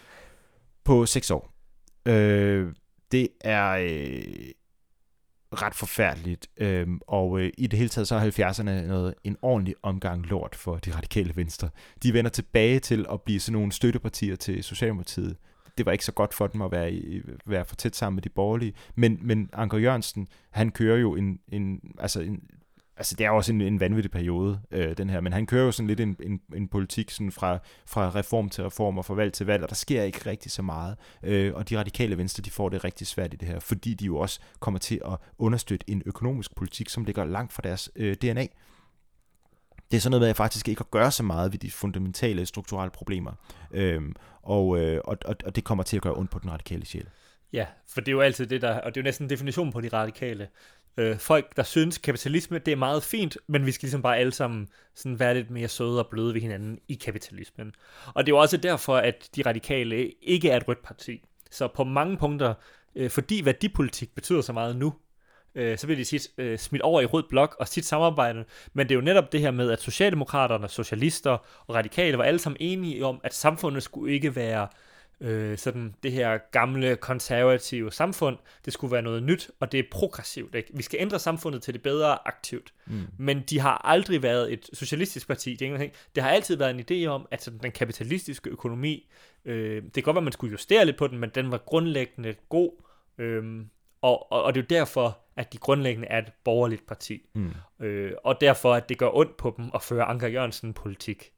på seks år. Øh, det er øh, ret forfærdeligt, øh, og øh, i det hele taget så er halvfjerdserne noget, en ordentlig omgang lort for de radikale venstre. De vender tilbage til at blive sådan nogle støttepartier til Socialdemokratiet. Det var ikke så godt for dem at være, i, være for tæt sammen med de borgerlige. Men, men Anker Jørgensen, han kører jo en... en, altså, en altså, det er også en, en vanvittig periode, øh, den her. Men han kører jo sådan lidt en, en, en politik sådan fra, fra reform til reform og fra valg til valg, og der sker ikke rigtig så meget. Øh, og de radikale venstre, de får det rigtig svært i det her, fordi de jo også kommer til at understøtte en økonomisk politik, som ligger langt fra deres øh, D N A. Det er sådan noget med, at jeg faktisk ikke at gøre så meget ved de fundamentale strukturelle problemer. Øhm, og, øh, og, og det kommer til at gøre ondt på den radikale sjæl. Ja, for det er jo altid det der, og det er jo næsten en definition på de radikale. Øh, folk, der synes, kapitalisme, det er meget fint, men vi skal ligesom bare alle sammen sådan være lidt mere søde og bløde ved hinanden i kapitalismen. Og det er jo også derfor, at de radikale ikke er et rødt parti. Så på mange punkter, øh, fordi værdipolitik betyder så meget nu, øh, så bliver de tit øh, smidt over i rød blok og tit samarbejde. Men det er jo netop det her med, at socialdemokraterne, socialister og radikale var alle sammen enige om, at samfundet skulle ikke være øh, sådan det her gamle, konservative samfund. Det skulle være noget nyt, og det er progressivt. Ikke? Vi skal ændre samfundet til det bedre aktivt. Mm. Men de har aldrig været et socialistisk parti. Det, er det har altid været en idé om, at sådan, den kapitalistiske økonomi, øh, det kan godt være, at man skulle justere lidt på den, men den var grundlæggende god. Øh, og, og, og det er jo derfor, at de grundlæggende er et borgerligt parti. Mm. Øh, og derfor, at det gør ondt på dem at føre Anker Jørgensen-politik.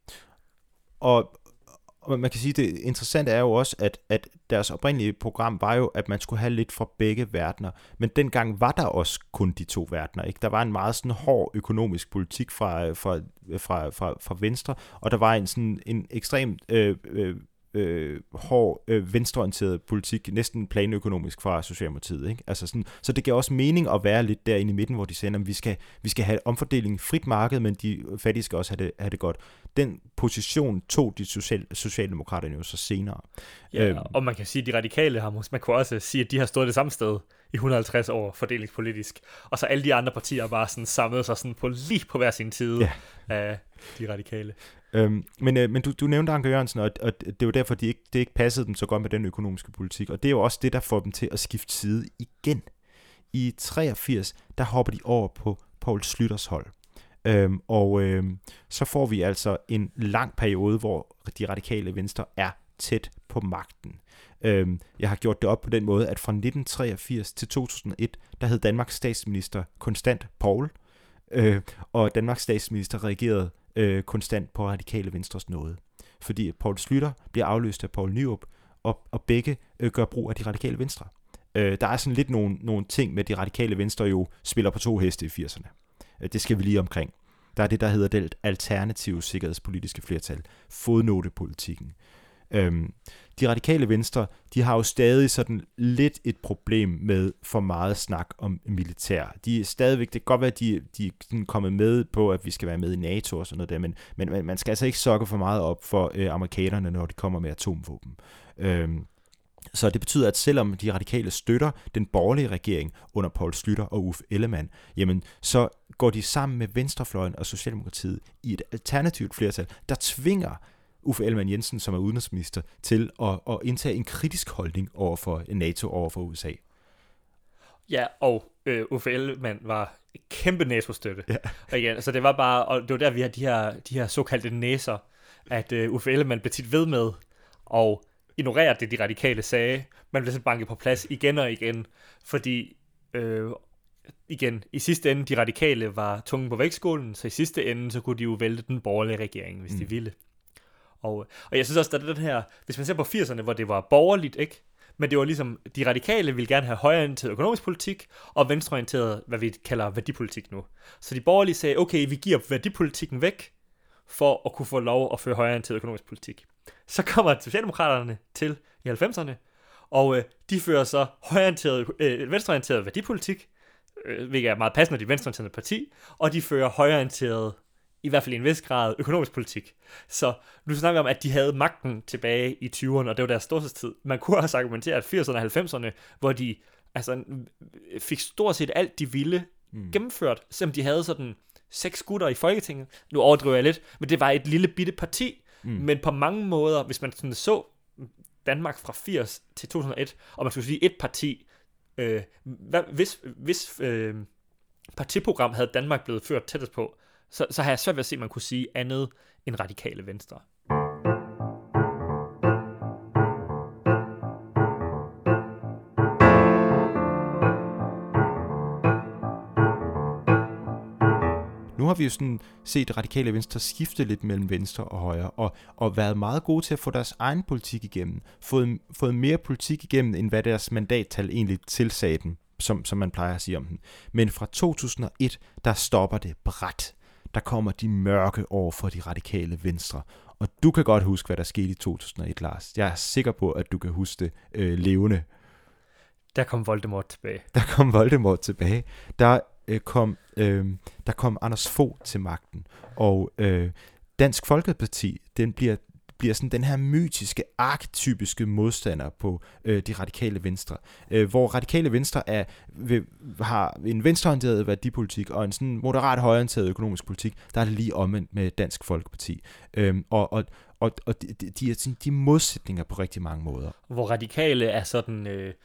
Og Og man kan sige, det interessante er jo også, at, at deres oprindelige program var jo, at man skulle have lidt fra begge verdener. Men dengang var der også kun de to verdener. Ikke? Der var en meget sådan hård økonomisk politik fra, fra, fra, fra, fra Venstre, og der var en, sådan, en ekstremt øh, øh, øh, hård øh, venstreorienteret politik, næsten planøkonomisk fra Socialdemokratiet. Ikke? Altså sådan, så det giver også mening at være lidt derinde i midten, hvor de siger, at vi skal, vi skal have omfordeling, frit marked, men de fattige skal også have det, have det godt. Den position tog de social, socialdemokraterne jo så senere. Ja, øhm. og man kan sige, at de radikale har, man kunne også sige, at de har stået det samme sted i et hundrede og halvtreds år fordelingspolitisk, og så alle de andre partier bare sådan samlet sig sådan på lige på hver sin side ja. af de radikale. Øhm, men øh, men du, du nævnte Anker Jørgensen, og, og det var derfor, de ikke, det ikke passede dem så godt med den økonomiske politik, og det er jo også det, der får dem til at skifte side igen. I treogfirs, der hopper de over på Poul Schlüters hold. Øhm, og øhm, så får vi altså en lang periode, hvor de radikale venstre er tæt på magten. Øhm, jeg har gjort det op på den måde, at fra nitten treogfirs til to tusind og et, der hed Danmarks statsminister konstant Poul, øh, og Danmarks statsminister reagerede øh, konstant på radikale venstres nåde. Fordi Poul Schlüter bliver afløst af Poul Nyrup, og, og begge øh, gør brug af de radikale venstre. Øh, der er sådan lidt nogle, nogle ting med, at de radikale venstre jo spiller på to heste i firserne. Det skal vi lige omkring. Der er det, der hedder det alternative sikkerhedspolitiske flertal. Fodnotepolitikken. Øhm, de radikale venstre, de har jo stadig sådan lidt et problem med for meget snak om militær. De er stadigvæk, det kan godt være, at de, de er kommet med på, at vi skal være med i NATO og sådan noget der, men, men man skal altså ikke sokke for meget op for øh, amerikanerne, når de kommer med atomvåben. Øhm, Så det betyder, at selvom de radikale støtter den borgerlige regering under Poul Schlüter og Uffe Ellemann, jamen så går de sammen med venstrefløjen og Socialdemokratiet i et alternativt flertal, der tvinger Uffe Ellemann Jensen, som er udenrigsminister, til at, at indtage en kritisk holdning over for NATO, over for U S A. Ja, og øh, Uffe Ellemann var kæmpe NATO-støtte. Ja. Og igen, så det var bare, og det var der, vi har de her, de her såkaldte næser, at øh, Uffe Ellemann blev tit ved med, og ignorere det, de radikale sagde. Man blev så banket på plads igen og igen, fordi øh, igen, i sidste ende, de radikale var tungen på vægtskålen, så i sidste ende, så kunne de jo vælte den borgerlige regering, hvis mm. de ville. Og, og jeg synes også, der er den her, hvis man ser på firserne, hvor det var borgerligt, ikke? Men det var ligesom, de radikale ville gerne have højreorienteret økonomisk politik, og venstreorienteret, hvad vi kalder værdipolitik nu. Så de borgerlige sagde, okay, vi giver værdipolitikken væk, for at kunne få lov at føre højreorienteret økonomisk politik. Så kommer Socialdemokraterne til i halvfemserne, og øh, de fører så højreorienteret, øh, venstreorienteret værdipolitik, øh, hvilket er meget passende, de venstreorienterede parti, og de fører højreorienteret, i hvert fald i en vis grad, økonomisk politik. Så nu snakker vi om, at de havde magten tilbage i tyverne, og det var deres storhedstid. Man kunne også argumentere, at firserne og halvfemserne, hvor de altså, fik stort set alt, de ville mm. gennemført, selvom de havde sådan seks gutter i Folketinget. Nu overdriver jeg lidt, men det var et lille bitte parti. Mm. Men på mange måder, hvis man sådan så Danmark fra firs til to tusind og et, og man skulle sige et parti, øh, hvad, hvis, hvis øh, partiprogram havde Danmark blevet ført tættest på, så, så har jeg svært ved at se, at man kunne sige andet end radikale venstre. Nu har vi jo sådan set radikale venstre skifte lidt mellem venstre og højre, og, og været meget gode til at få deres egen politik igennem. Fået, fået mere politik igennem, end hvad deres mandattal egentlig tilsagde den, som, som man plejer at sige om den. Men fra to tusind og et, der stopper det brat. Der kommer de mørke år for de radikale venstre. Og du kan godt huske, hvad der skete i to tusind og et, Lars. Jeg er sikker på, at du kan huske det øh, levende. Der kom Voldemort tilbage. Der kom Voldemort tilbage. Der kom, øh, der kom Anders Fogh til magten, og øh, Dansk Folkeparti, den bliver, bliver sådan den her mytiske, arketypiske modstander på øh, de radikale venstre. Øh, hvor radikale venstre er, vil, har en venstreorienteret værdipolitik og en sådan moderat højreorienteret økonomisk politik, der er det lige omvendt med Dansk Folkeparti. Øh, og og, og, og de, de er sådan, de modsætninger på rigtig mange måder. Hvor radikale er sådan... Øh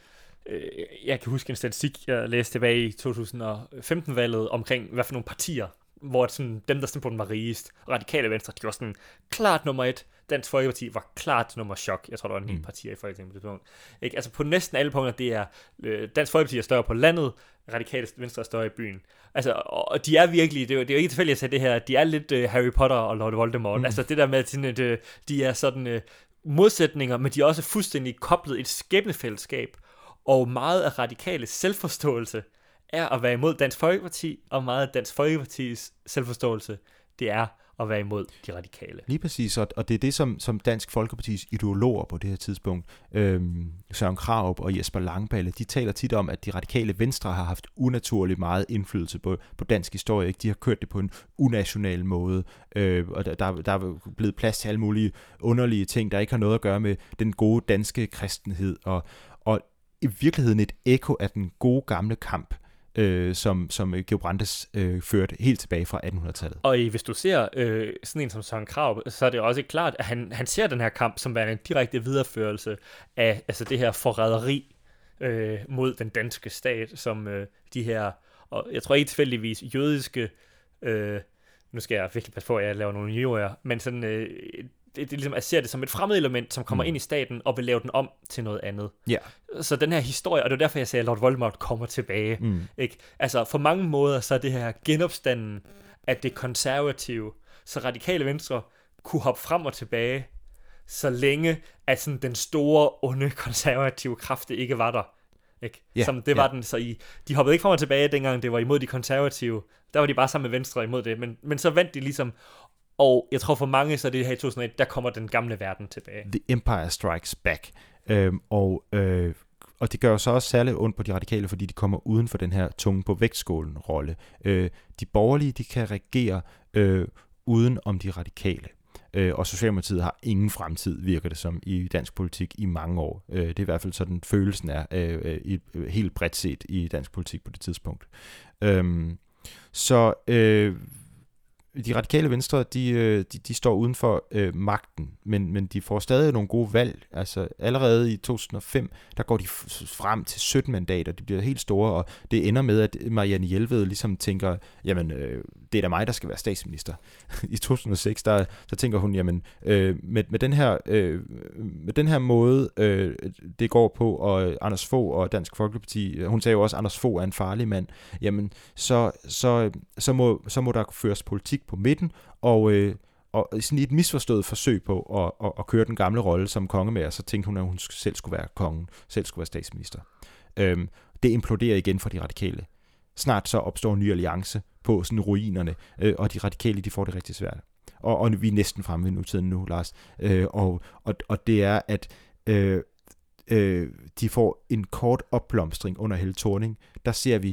Jeg kan huske en statistik, jeg læste tilbage i to tusind og femten-valget omkring, hvad for nogle partier, hvor sådan, dem, der stemte på den var rigest. Radikale Venstre, de var sådan klart nummer et. Dansk Folkeparti var klart nummer chok. Jeg tror, der var en hel partier i Folketinget på det punkt. Ikke? Altså på næsten alle punkter, det er øh, Dansk Folkeparti er større på landet, Radikale Venstre er større i byen. Altså, og de er virkelig, det er jo, det er jo ikke tilfældigt at sige det her, de er lidt øh, Harry Potter og Lord Voldemort. Mm. Altså det der med, sådan, at øh, de er sådan øh, modsætninger, men de er også fuldstændig koblet i et skæbnefællesskab. Og meget af radikale selvforståelse er at være imod Dansk Folkeparti, og meget af Dansk Folkepartis selvforståelse, det er at være imod de radikale. Lige præcis, og det er det, som, som Dansk Folkepartis ideologer på det her tidspunkt, øhm, Søren Krarup og Jesper Langballe, de taler tit om, at de radikale venstre har haft unaturligt meget indflydelse på, på dansk historie. Ikke? De har kørt det på en unational måde, øh, og der, der, der er blevet plads til alle mulige underlige ting, der ikke har noget at gøre med den gode danske kristenhed, og, og i virkeligheden et ekko af den gode gamle kamp, øh, som, som Georg Brandes øh, førte helt tilbage fra attenhundredetallet. Og hvis du ser øh, sådan en som Søren Krarup, så er det også klart, at han, han ser den her kamp som en direkte videreførelse af altså det her forræderi øh, mod den danske stat, som øh, de her, og jeg tror ikke tilfældigvis jødiske, øh, nu skal jeg virkelig passe på, at jeg laver nogle nyord, men sådan... Øh, Det, det ligesom, jeg ser det som et fremmed element, som kommer mm. ind i staten og vil lave den om til noget andet. Yeah. Så den her historie, og det er derfor, jeg siger, at Lord Voldemort kommer tilbage. Mm. Ikke? Altså, for mange måder, så er det her genopstanden af det konservative, så radikale venstre kunne hoppe frem og tilbage, så længe at sådan, den store, onde, konservative kraft ikke var der. Ikke? Yeah. Som det var yeah. den, så I, de hoppede ikke frem og tilbage, dengang det var imod de konservative. Der var de bare sammen med venstre imod det, men, men så vandt de ligesom. Og jeg tror for mange, så er det her i to tusind og et, der kommer den gamle verden tilbage. The Empire Strikes Back. Øhm, og, øh, og det gør jo så også særligt ondt på de radikale, fordi de kommer uden for den her tunge på vægtskålen rolle. Øh, de borgerlige, de kan regere øh, uden om de radikale. Øh, og Socialdemokratiet har ingen fremtid, virker det som, i dansk politik i mange år. Øh, det er i hvert fald sådan, følelsen er øh, i, helt bredt set i dansk politik på det tidspunkt. Øh, så... Øh, De radikale venstre, de, de, de står uden for øh, magten, men, men de får stadig nogle gode valg. Altså allerede i to tusind og fem, der går de f- frem til sytten mandater, de bliver helt store, og det ender med, at Marianne Jelved ligesom tænker, jamen øh, det er da mig, der skal være statsminister. I to tusind og seks, der, der tænker hun, jamen øh, med, med, den her, øh, med den her måde, øh, det går på, og Anders Fogh og Dansk Folkeparti, hun sagde jo også, at Anders Fogh er en farlig mand, jamen så, så, så, må, så må der føres politik på midten, og, øh, og sådan et misforstået forsøg på at, at, at køre den gamle rolle som kongemager, så tænkte hun, at hun selv skulle være kongen, selv skulle være statsminister. Øhm, det imploderer igen for de radikale. Snart så opstår en ny alliance på sådan ruinerne, øh, og de radikale, de får det rigtig svært. Og, og vi er næsten fremme ved nutiden nu, Lars. Øh, og, og, og det er, at øh, øh, de får en kort opblomstring under Helle Thorning. Der ser vi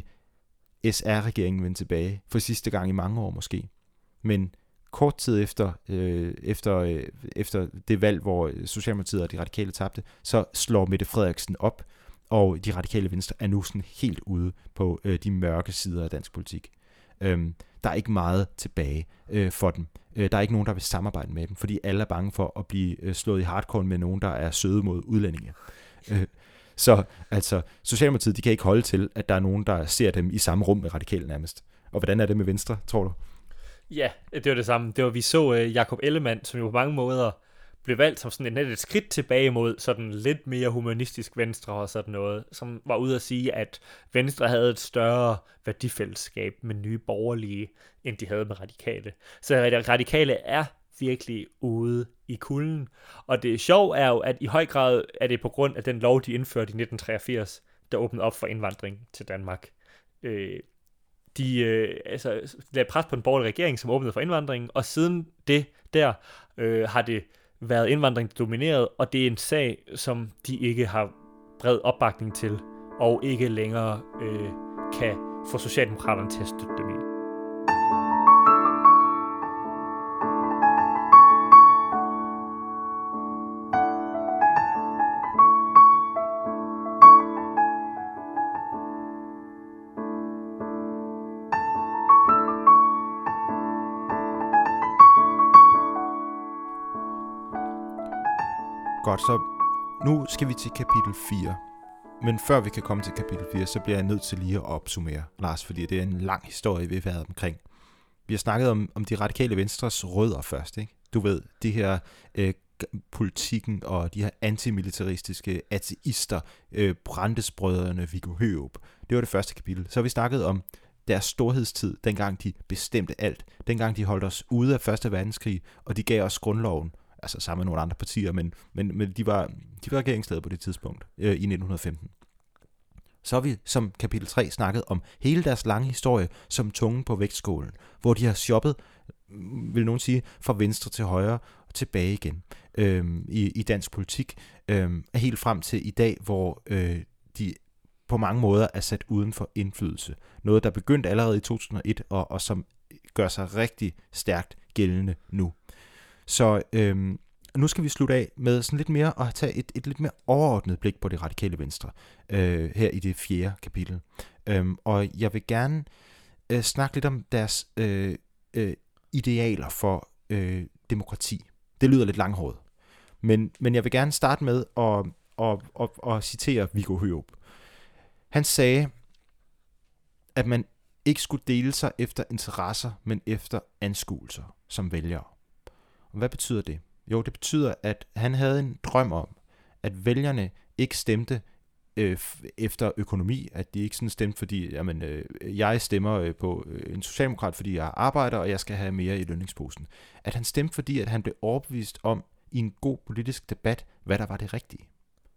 S R-regeringen vende tilbage for sidste gang i mange år måske. Men kort tid efter, øh, efter, øh, efter det valg, hvor Socialdemokratiet og de radikale tabte, så slår Mette Frederiksen op, og de radikale venstre er nu sådan helt ude på øh, de mørke sider af dansk politik. Øhm, der er ikke meget tilbage øh, for dem. Øh, der er ikke nogen, der vil samarbejde med dem, fordi alle er bange for at blive øh, slået i hardcore med nogen, der er søde mod udlændinge. Øh, så altså, Socialdemokratiet, de kan ikke holde til, at der er nogen, der ser dem i samme rum med radikale nærmest. Og hvordan er det med Venstre, tror du? Ja, det var det samme. Det var, vi så uh, Jakob Ellemann, som jo på mange måder blev valgt som sådan et, et skridt tilbage mod sådan lidt mere humanistisk venstre og sådan noget, som var ude at sige, at Venstre havde et større værdifællesskab med nye borgerlige, end de havde med radikale. Så radikale er virkelig ude i kulden. Og det sjove er jo, at i høj grad er det på grund af den lov, de indførte i nitten treogfirs, der åbnede op for indvandring til Danmark. Øh, de øh, altså, lagde pres på den borgerlige regering, som åbnede for indvandringen, og siden det der øh, har det været indvandring domineret, og det er en sag, som de ikke har bred opbakning til, og ikke længere øh, kan få Socialdemokraterne til at støtte dem i. Godt, så nu skal vi til kapitel fire. Men før vi kan komme til kapitel fire, så bliver jeg nødt til lige at opsummere, Lars, fordi det er en lang historie, vi har været omkring. Vi har snakket om, om de radikale venstres rødder først, ikke? Du ved, de her øh, politikken og de her antimilitaristiske ateister, øh, Brandesbrødrene, Viggo Hørup. Det var det første kapitel. Så har vi snakket om deres storhedstid, dengang de bestemte alt. Dengang de holdt os ude af første verdenskrig, og de gav os grundloven. Altså sammen med nogle andre partier, men, men, men de var, de var regeringsledere på det tidspunkt, øh, i nitten femten. Så har vi som kapitel tre snakket om hele deres lange historie som tungen på vægtskålen, hvor de har shoppet, vil nogen sige, fra venstre til højre og tilbage igen øh, i, i dansk politik, øh, helt frem til i dag, hvor øh, de på mange måder er sat uden for indflydelse. Noget, der begyndte allerede i to tusind og et, og, og som gør sig rigtig stærkt gældende nu. Så øhm, nu skal vi slutte af med sådan lidt mere at tage et, et lidt mere overordnet blik på det radikale venstre øh, her i det fjerde kapitel. Øhm, og jeg vil gerne øh, snakke lidt om deres øh, øh, idealer for øh, demokrati. Det lyder lidt langhåret. Men, men jeg vil gerne starte med at, at, at, at citere Viggo Hørup. Han sagde, at man ikke skulle dele sig efter interesser, men efter anskuelser som vælgere. Og hvad betyder det? Jo, det betyder, at han havde en drøm om, at vælgerne ikke stemte øh, efter økonomi, at de ikke sådan stemte, fordi jamen, øh, jeg stemmer øh, på øh, en socialdemokrat, fordi jeg arbejder, og jeg skal have mere i lønningsposen. At han stemte, fordi at han blev overbevist om, i en god politisk debat, hvad der var det rigtige.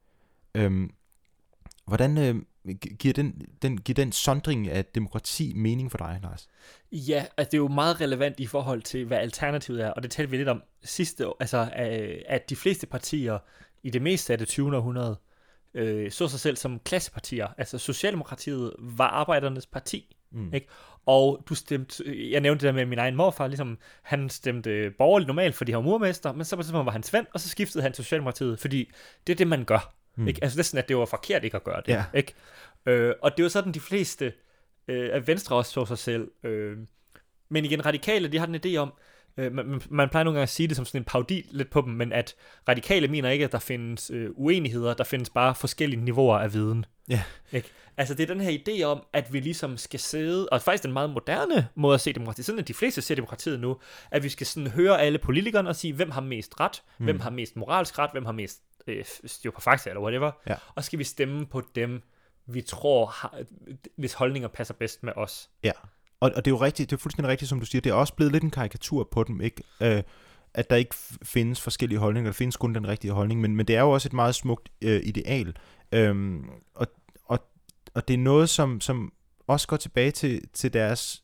Øhm, hvordan øh, giver, den, den, giver den sondring af demokrati mening for dig, Lars? Ja, altså det er jo meget relevant i forhold til, hvad alternativet er, og det talte vi lidt om sidste år, altså at de fleste partier i det meste af det tyvende århundrede øh, så sig selv som klassepartier. Altså Socialdemokratiet var arbejdernes parti, mm. ikke? Og du stemte, jeg nævnte det der med min egen morfar, ligesom han stemte borgerligt normalt, fordi han var murmester, men så på tidspunkt var han svend, og så skiftede han til Socialdemokratiet, fordi det er det, man gør. Mm. Ikke? Altså næsten, at det var forkert ikke at gøre det. Ja. Ikke? Øh, og det var sådan, de fleste øh, af Venstre også så sig selv. Øh, men igen, radikale, de har en idé om, øh, man, man plejer nogle gange at sige det som sådan en parodi lidt på dem, men at radikale mener ikke, at der findes øh, uenigheder, der findes bare forskellige niveauer af viden. Ja. Ikke? Altså det er den her idé om, at vi ligesom skal sidde, og faktisk en meget moderne måde at se demokrati, sådan at de fleste ser demokratiet nu, at vi skal sådan høre alle politikerne og sige, hvem har mest ret, mm. hvem har mest moralsk ret, hvem har mest øh, styr på fakta eller whatever, ja. Og skal vi stemme på dem, vi tror, har, hvis holdninger passer bedst med os. Ja, og, og det er jo rigtigt, det er fuldstændig rigtigt, som du siger, det er også blevet lidt en karikatur på dem, ikke? Øh, at der ikke findes forskellige holdninger, der findes kun den rigtige holdning, men, men det er jo også et meget smukt øh, ideal, øhm, og, og, og det er noget, som, som også går tilbage til, til deres,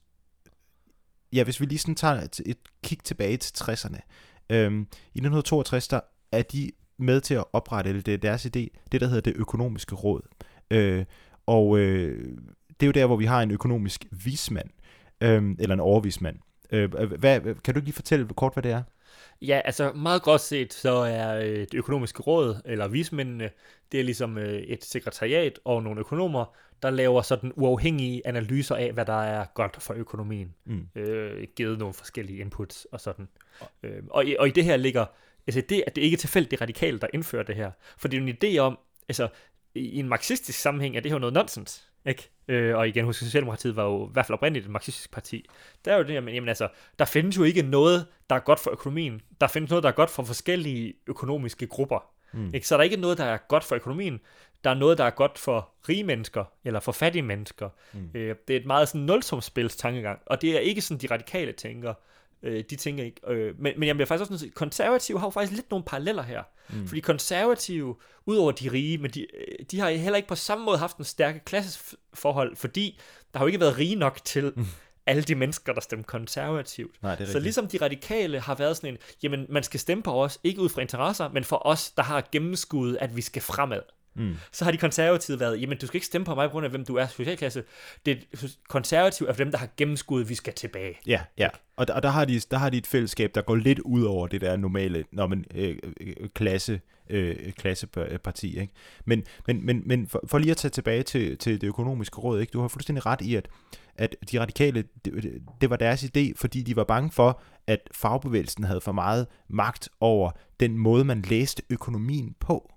ja, hvis vi lige sådan tager et, et kig tilbage til tresserne, øhm, i nitten toogtres, der er de med til at oprette, eller det er deres idé, det der hedder det økonomiske råd, øh, og øh, det er jo der, hvor vi har en økonomisk vismand, øh, eller en overvismand. Øh, hvad, kan du ikke lige fortælle kort, hvad det er? Ja, altså meget godt set, så er øh, det økonomiske råd, eller vismændene, det er ligesom øh, et sekretariat og nogle økonomer, der laver sådan uafhængige analyser af, hvad der er godt for økonomien. Mm. Øh, givet nogle forskellige inputs og sådan. Øh, og, i, og i det her ligger, altså det, at det ikke er tilfældigt, det radikale, der indfører det her. For det er jo en idé om, altså i en marxistisk sammenhæng er det her noget nonsens, ikke? Øh, og igen, husk, Socialdemokratiet var jo i hvert fald oprindeligt et marxistisk parti. Der er jo det her, men jamen altså, der findes jo ikke noget, der er godt for økonomien. Der findes noget, der er godt for forskellige økonomiske grupper. Mm. Ikke? Så der er ikke noget, der er godt for økonomien. Der er noget, der er godt for rige mennesker, eller for fattige mennesker. Mm. Øh, det er et meget sådan nulsumsspils tankegang, og det er ikke sådan, de radikale tænker. Øh, de tænker ikke. Øh, men, men jeg bliver faktisk også nødt til, konservative har jo faktisk lidt nogle paralleller her. Mm. Fordi konservative, udover de rige, men de, de har heller ikke på samme måde haft en stærke klassesforhold, fordi der har jo ikke været rige nok til mm. alle de mennesker, der stemte konservativt. Nej, det er så ligesom de radikale har været sådan en, jamen man skal stemme på os, ikke ud fra interesser, men for os, der har gennemskuddet, at vi skal fremad. Mm. Så har de konservative været, jamen du skal ikke stemme på mig på grund af, hvem du er socialklasse. Det konservative er for dem, der har gennemskuddet, vi skal tilbage. Ja, ja. Og, der, og der, har de, der har de et fællesskab, der går lidt ud over det der normale, når man øh, klasse, øh, klasseparti, ikke? Men, men, men, men for, for lige at tage tilbage til, til det økonomiske råd, ikke? Du har fuldstændig ret i, at, at de radikale, det, det var deres idé, fordi de var bange for, at fagbevægelsen havde for meget magt over den måde, man læste økonomien på.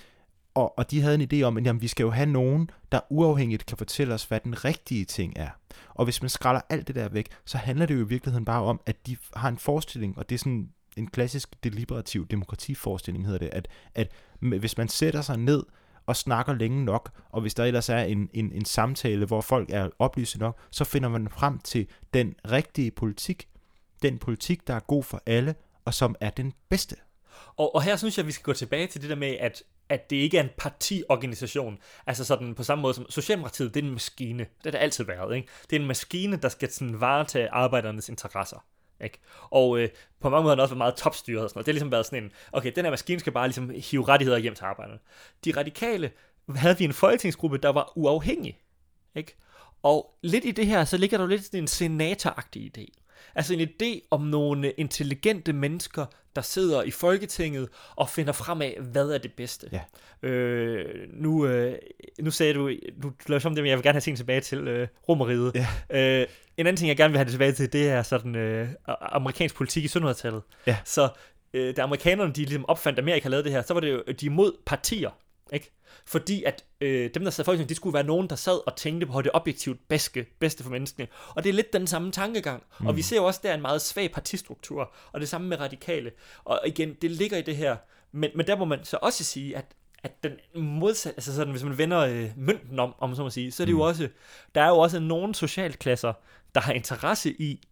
Og, og de havde en idé om, at jamen, vi skal jo have nogen, der uafhængigt kan fortælle os, hvad den rigtige ting er. Og hvis man skræller alt det der væk, så handler det jo i virkeligheden bare om, at de har en forestilling, og det er sådan en klassisk deliberativ demokratiforestilling, hedder det, at, at hvis man sætter sig ned og snakker længe nok, og hvis der ellers er en, en, en samtale, hvor folk er oplyste nok, så finder man frem til den rigtige politik, den politik, der er god for alle, og som er den bedste. Og, og her synes jeg, at vi skal gå tilbage til det der med, at at det ikke er en partiorganisation. Altså sådan på samme måde som Socialdemokratiet, det er en maskine. Det har det altid været, ikke? Det er en maskine, der skal sådan varetage arbejdernes interesser, ikke? Og øh, på mange måder har den også været meget topstyret og sådan noget. Det har ligesom været sådan en, okay, den her maskine skal bare ligesom hive rettigheder hjem til arbejderne. De radikale havde vi en folketingsgruppe, der var uafhængig, ikke? Og lidt i det her, så ligger der jo lidt sådan en senatoragtig idé. Altså en idé om nogle intelligente mennesker, der sidder i Folketinget og finder frem af, hvad er det bedste. Ja. Øh, nu, øh, nu sagde du, du lavede som det, men jeg vil gerne have ting tilbage til øh, Romerriget. Ja. Øh, en anden ting, jeg gerne vil have det tilbage til, det er sådan øh, amerikansk politik i syttenhundredetallet. Ja. Så øh, da amerikanerne, de ligesom opfandt, at Amerika lavede det her, så var det jo, de imod partier, ikke? Fordi at øh, dem, der sad i Folketinget, de skulle være nogen, der sad og tænkte på det objektivt bedste, bedste for menneskene. Og det er lidt den samme tankegang. Mm. Og vi ser jo også, der er en meget svag partistruktur, og det samme med radikale. Og igen, det ligger i det her. Men, men der må man så også sige, at, at den modsat, altså sådan, hvis man vender øh, mønten om, om så må sige, så er det mm. jo også, der er jo også nogle socialklasser, der har interesse i,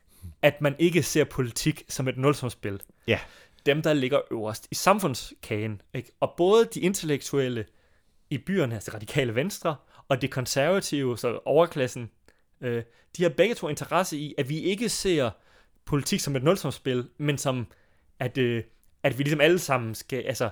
at man ikke ser politik som et nulsumsspil. Ja. Yeah. Dem, der ligger øverst i samfundskagen, ikke? Og både de intellektuelle i byerne, altså det radikale venstre, og det konservative, så overklassen, øh, de har begge to interesse i, at vi ikke ser politik som et nulsumsspil, men som, at, øh, at vi ligesom alle sammen skal, altså,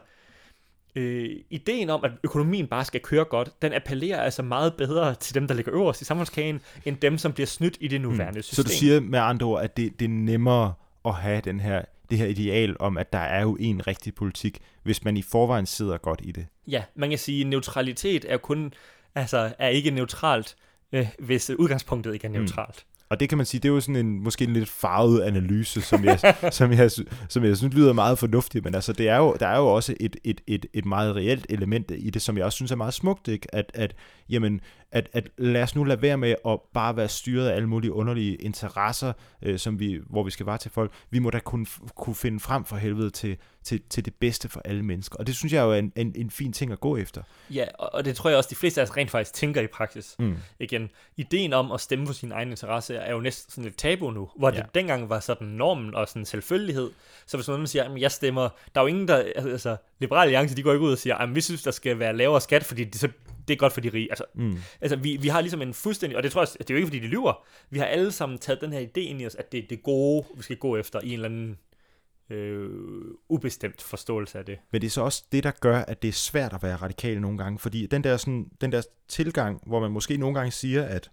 øh, ideen om, at økonomien bare skal køre godt, den appellerer altså meget bedre til dem, der ligger øverst i samfundskagen, end dem, som bliver snydt i det nuværende mm. system. Så du siger med andre ord, at det, det er nemmere at have den her det her ideal om, at der er jo en rigtig politik, hvis man i forvejen sidder godt i det. Ja, man kan sige, at neutralitet er kun, altså er ikke neutralt, øh, hvis udgangspunktet ikke er neutralt. Mm. Og det kan man sige, det er jo sådan en, måske en lidt farvet analyse, som jeg, som jeg, som jeg synes lyder meget fornuftigt, men altså det er jo, der er jo også et, et, et, et meget reelt element i det, som jeg også synes er meget smukt, ikke? At, at, jamen, at, at lad os nu lade være med at bare være styret af alle mulige underlige interesser, øh, som vi, hvor vi skal vare til folk. Vi må da kunne, kunne finde frem for helvede til, til, til det bedste for alle mennesker. Og det synes jeg jo er en, en, en fin ting at gå efter. Ja, og det tror jeg også, de fleste af os rent faktisk tænker i praksis. Mm. Igen, ideen om at stemme for sin egen interesse er jo næsten sådan lidt tabu nu, hvor det ja. dengang var sådan normen og sådan selvfølgelighed. Så hvis nogen siger, at jeg stemmer, der er jo ingen, der, altså Liberal Alliance, de går ikke ud og siger, at vi synes, der skal være lavere skat, fordi det, så, det er godt for de rige. Altså, mm. altså vi, vi har ligesom en fuldstændig, og det tror jeg, det er jo ikke, fordi de lyver, vi har alle sammen taget den her idé ind i os, at det er det gode, vi skal gå efter i en eller anden øh, ubestemt forståelse af det. Men det er så også det, der gør, at det er svært at være radikal nogle gange, fordi den der, sådan, den der tilgang, hvor man måske nogle gange siger, at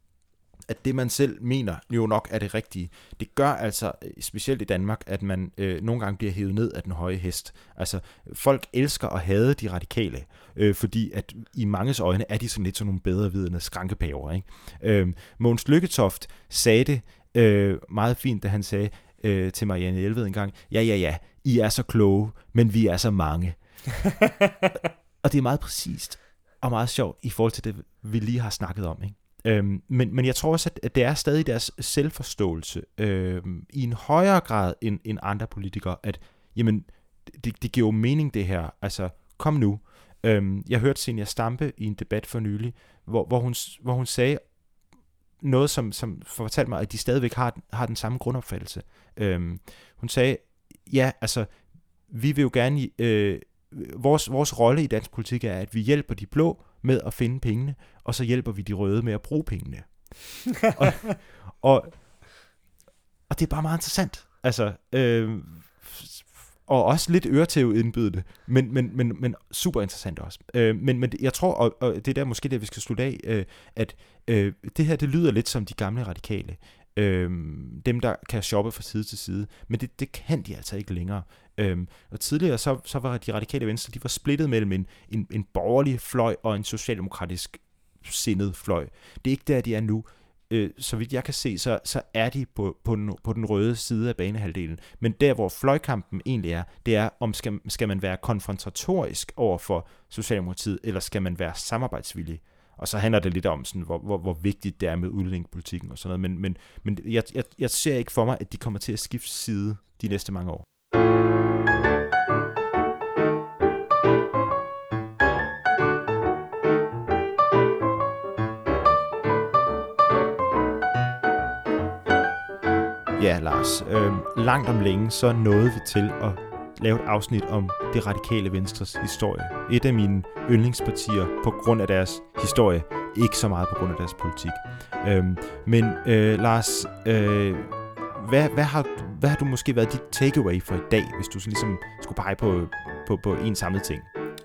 at det, man selv mener, jo nok er det rigtige. Det gør altså, specielt i Danmark, at man øh, nogle gange bliver hævet ned af den høje hest. Altså, folk elsker at hade de radikale, øh, fordi at i manges øjne er de sådan lidt sådan nogle bedrevidende skrankepaver, ikke? Øh, Mogens Lykketoft sagde det øh, meget fint, da han sagde øh, til Marianne Jelved en gang, ja, ja, ja, I er så kloge, men vi er så mange. Og det er meget præcist og meget sjovt i forhold til det, vi lige har snakket om, ikke? Øhm, men, men jeg tror også, at det er stadig deres selvforståelse øhm, i en højere grad end, end andre politikere, at jamen, det, det giver jo mening det her, altså kom nu. Øhm, jeg hørte Zenia Stampe i en debat for nylig, hvor, hvor, hun, hvor hun sagde noget, som, som fortalte mig, at de stadigvæk har, har den samme grundopfattelse. Øhm, hun sagde, ja, altså, vi vil jo gerne, øh, vores, vores rolle i dansk politik er, at vi hjælper de blå med at finde pengene, og så hjælper vi de røde med at bruge pengene. og, og, og det er bare meget interessant. Altså, øh, og også lidt øretæveindbydende, men, men, men, men super interessant også. Øh, men, men jeg tror, og, og det er der måske det, vi skal slutte af, øh, at øh, det her, det lyder lidt som de gamle radikale. Øh, dem, der kan shoppe fra side til side, men det, det kan de altså ikke længere. Øh, og tidligere, så, så var de radikale venstre, de var splittet mellem en, en, en borgerlig fløj og en socialdemokratisk sindet fløj. Det er ikke der, de er nu. Øh, så vidt jeg kan se, så, så er de på, på, den, på den røde side af banehalvdelen. Men der, hvor fløjkampen egentlig er, det er, om skal, skal man være konfrontatorisk over for Socialdemokratiet, eller skal man være samarbejdsvillig? Og så handler det lidt om, sådan, hvor, hvor, hvor vigtigt det er med udlændingepolitikken og sådan noget. Men, men, men jeg, jeg, jeg ser ikke for mig, at de kommer til at skifte side de næste mange år. Ja, Lars. Øh, langt om længe, så nåede vi til at lave et afsnit om det radikale venstres historie. Et af mine yndlingspartier på grund af deres historie, ikke så meget på grund af deres politik. Øh, men øh, Lars, øh, hvad, hvad, har, hvad har du måske været dit takeaway for i dag, hvis du så ligesom skulle pege på, på, på en samlet ting?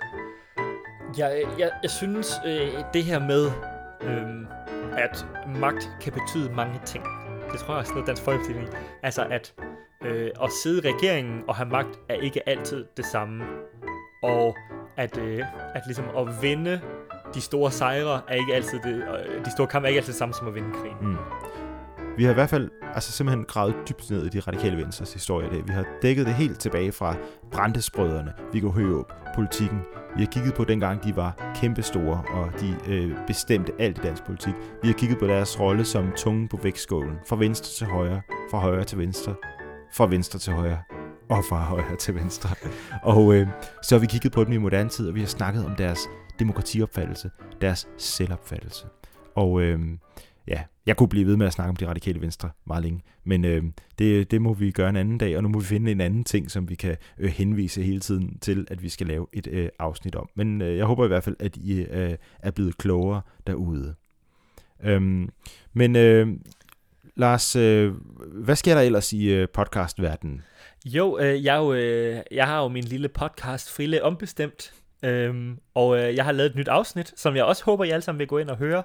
Jeg, jeg, jeg synes, øh, det her med, øh, at magt kan betyde mange ting. Det tror jeg også noget Dansk Folkeparti i. Altså at, øh, at sidde i regeringen og have magt er ikke altid det samme. Og at, øh, at ligesom at vinde de store sejre er ikke altid det, de store kampe er ikke altid det samme som at vinde krigen. Mm. Vi har i hvert fald altså simpelthen gravet dybt ned i de radikale venstres historie i dag. Vi har dækket det helt tilbage fra Brandesbrødrene, Viggo Hørup, politikken. Vi har kigget på dengang de var kæmpestore, og de øh, bestemte alt i dansk politik. Vi har kigget på deres rolle som tungen på vægtskålen. Fra venstre til højre, fra højre til venstre, fra venstre til højre, og fra højre til venstre. Og øh, så har vi kigget på dem i moderne tid, og vi har snakket om deres demokratiopfattelse, deres selvopfattelse. Og øh, ja, jeg kunne blive ved med at snakke om de radikale venstre meget længe, men øh, det, det må vi gøre en anden dag, og nu må vi finde en anden ting, som vi kan øh, henvise hele tiden til, at vi skal lave et øh, afsnit om. Men øh, jeg håber i hvert fald, at I øh, er blevet klogere derude. Øhm, men øh, Lars, øh, hvad sker der ellers i øh, podcastverdenen? Jo, øh, jeg, jo øh, jeg har jo min lille podcast Frille Ombestemt, øh, og øh, jeg har lavet et nyt afsnit, som jeg også håber, I alle sammen vil gå ind og høre.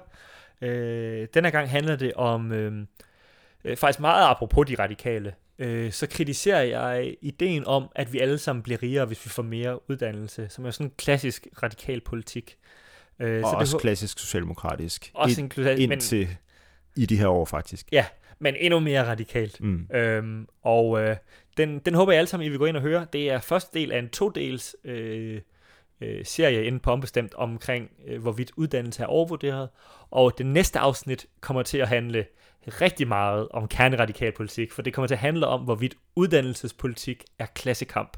Øh, denne gang handler det om, øh, øh, faktisk meget apropos de radikale, øh, så kritiserer jeg ideen om, at vi alle sammen bliver rigere, hvis vi får mere uddannelse, som er sådan en klassisk radikal politik. Øh, og så også det, klassisk socialdemokratisk, også ind, indtil men, i de her år faktisk. Ja, men endnu mere radikalt. Mm. Øhm, og øh, den, den håber jeg alle sammen, I vil gå ind og høre. Det er første del af en todels øh, øh, serie inde på Ombestemt omkring, øh, hvorvidt uddannelse er overvurderet. Og det næste afsnit kommer til at handle rigtig meget om kerneradikal politik, for det kommer til at handle om, hvorvidt uddannelsespolitik er klassekamp.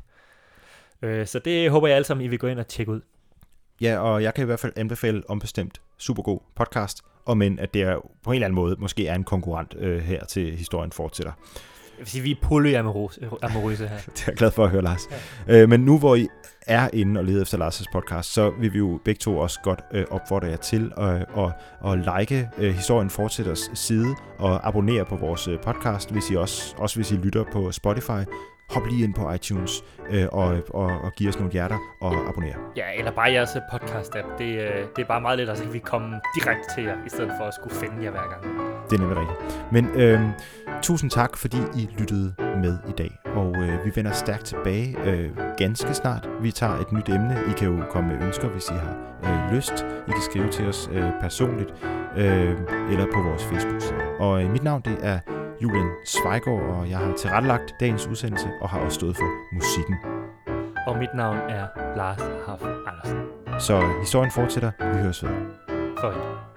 Øh, så det håber jeg alle sammen, I vil gå ind og tjekke ud. Ja, og jeg kan i hvert fald anbefale Ombestemt. Supergod podcast, og men at det er på en eller anden måde måske er en konkurrent øh, her til Historien Fortsætter. Jeg vil sige, vi er polyamorøse her. Det er jeg glad for at høre, Lars. Ja. Øh, men nu hvor I er inde og leder efter Lars' podcast, så vil vi jo begge to også godt øh, opfordre jer til at, at, at like øh, Historien Fortsætters side og abonnere på vores øh, podcast, hvis I også, også hvis I lytter på Spotify. Hop lige ind på iTunes øh, og, og, og giv os nogle hjerter og abonner. Ja, eller bare jeres podcast-app. Det, øh, det er bare meget let, og så kan vi komme direkte til jer, i stedet for at skulle finde jer hver gang. Det er nemlig rigtigt. Men øh, tusind tak, fordi I lyttede med i dag. Og øh, vi vender stærkt tilbage øh, ganske snart. Vi tager et nyt emne. I kan jo komme med ønsker, hvis I har øh, lyst. I kan skrive til os øh, personligt øh, eller på vores Facebook-side. Og øh, mit navn, det er Julian Svejgaard, og jeg har tilrettelagt dagens udsendelse og har også stået for musikken. Og mit navn er Lars Haff Andersen. Så historien fortsætter. Vi høres ved. Farvel.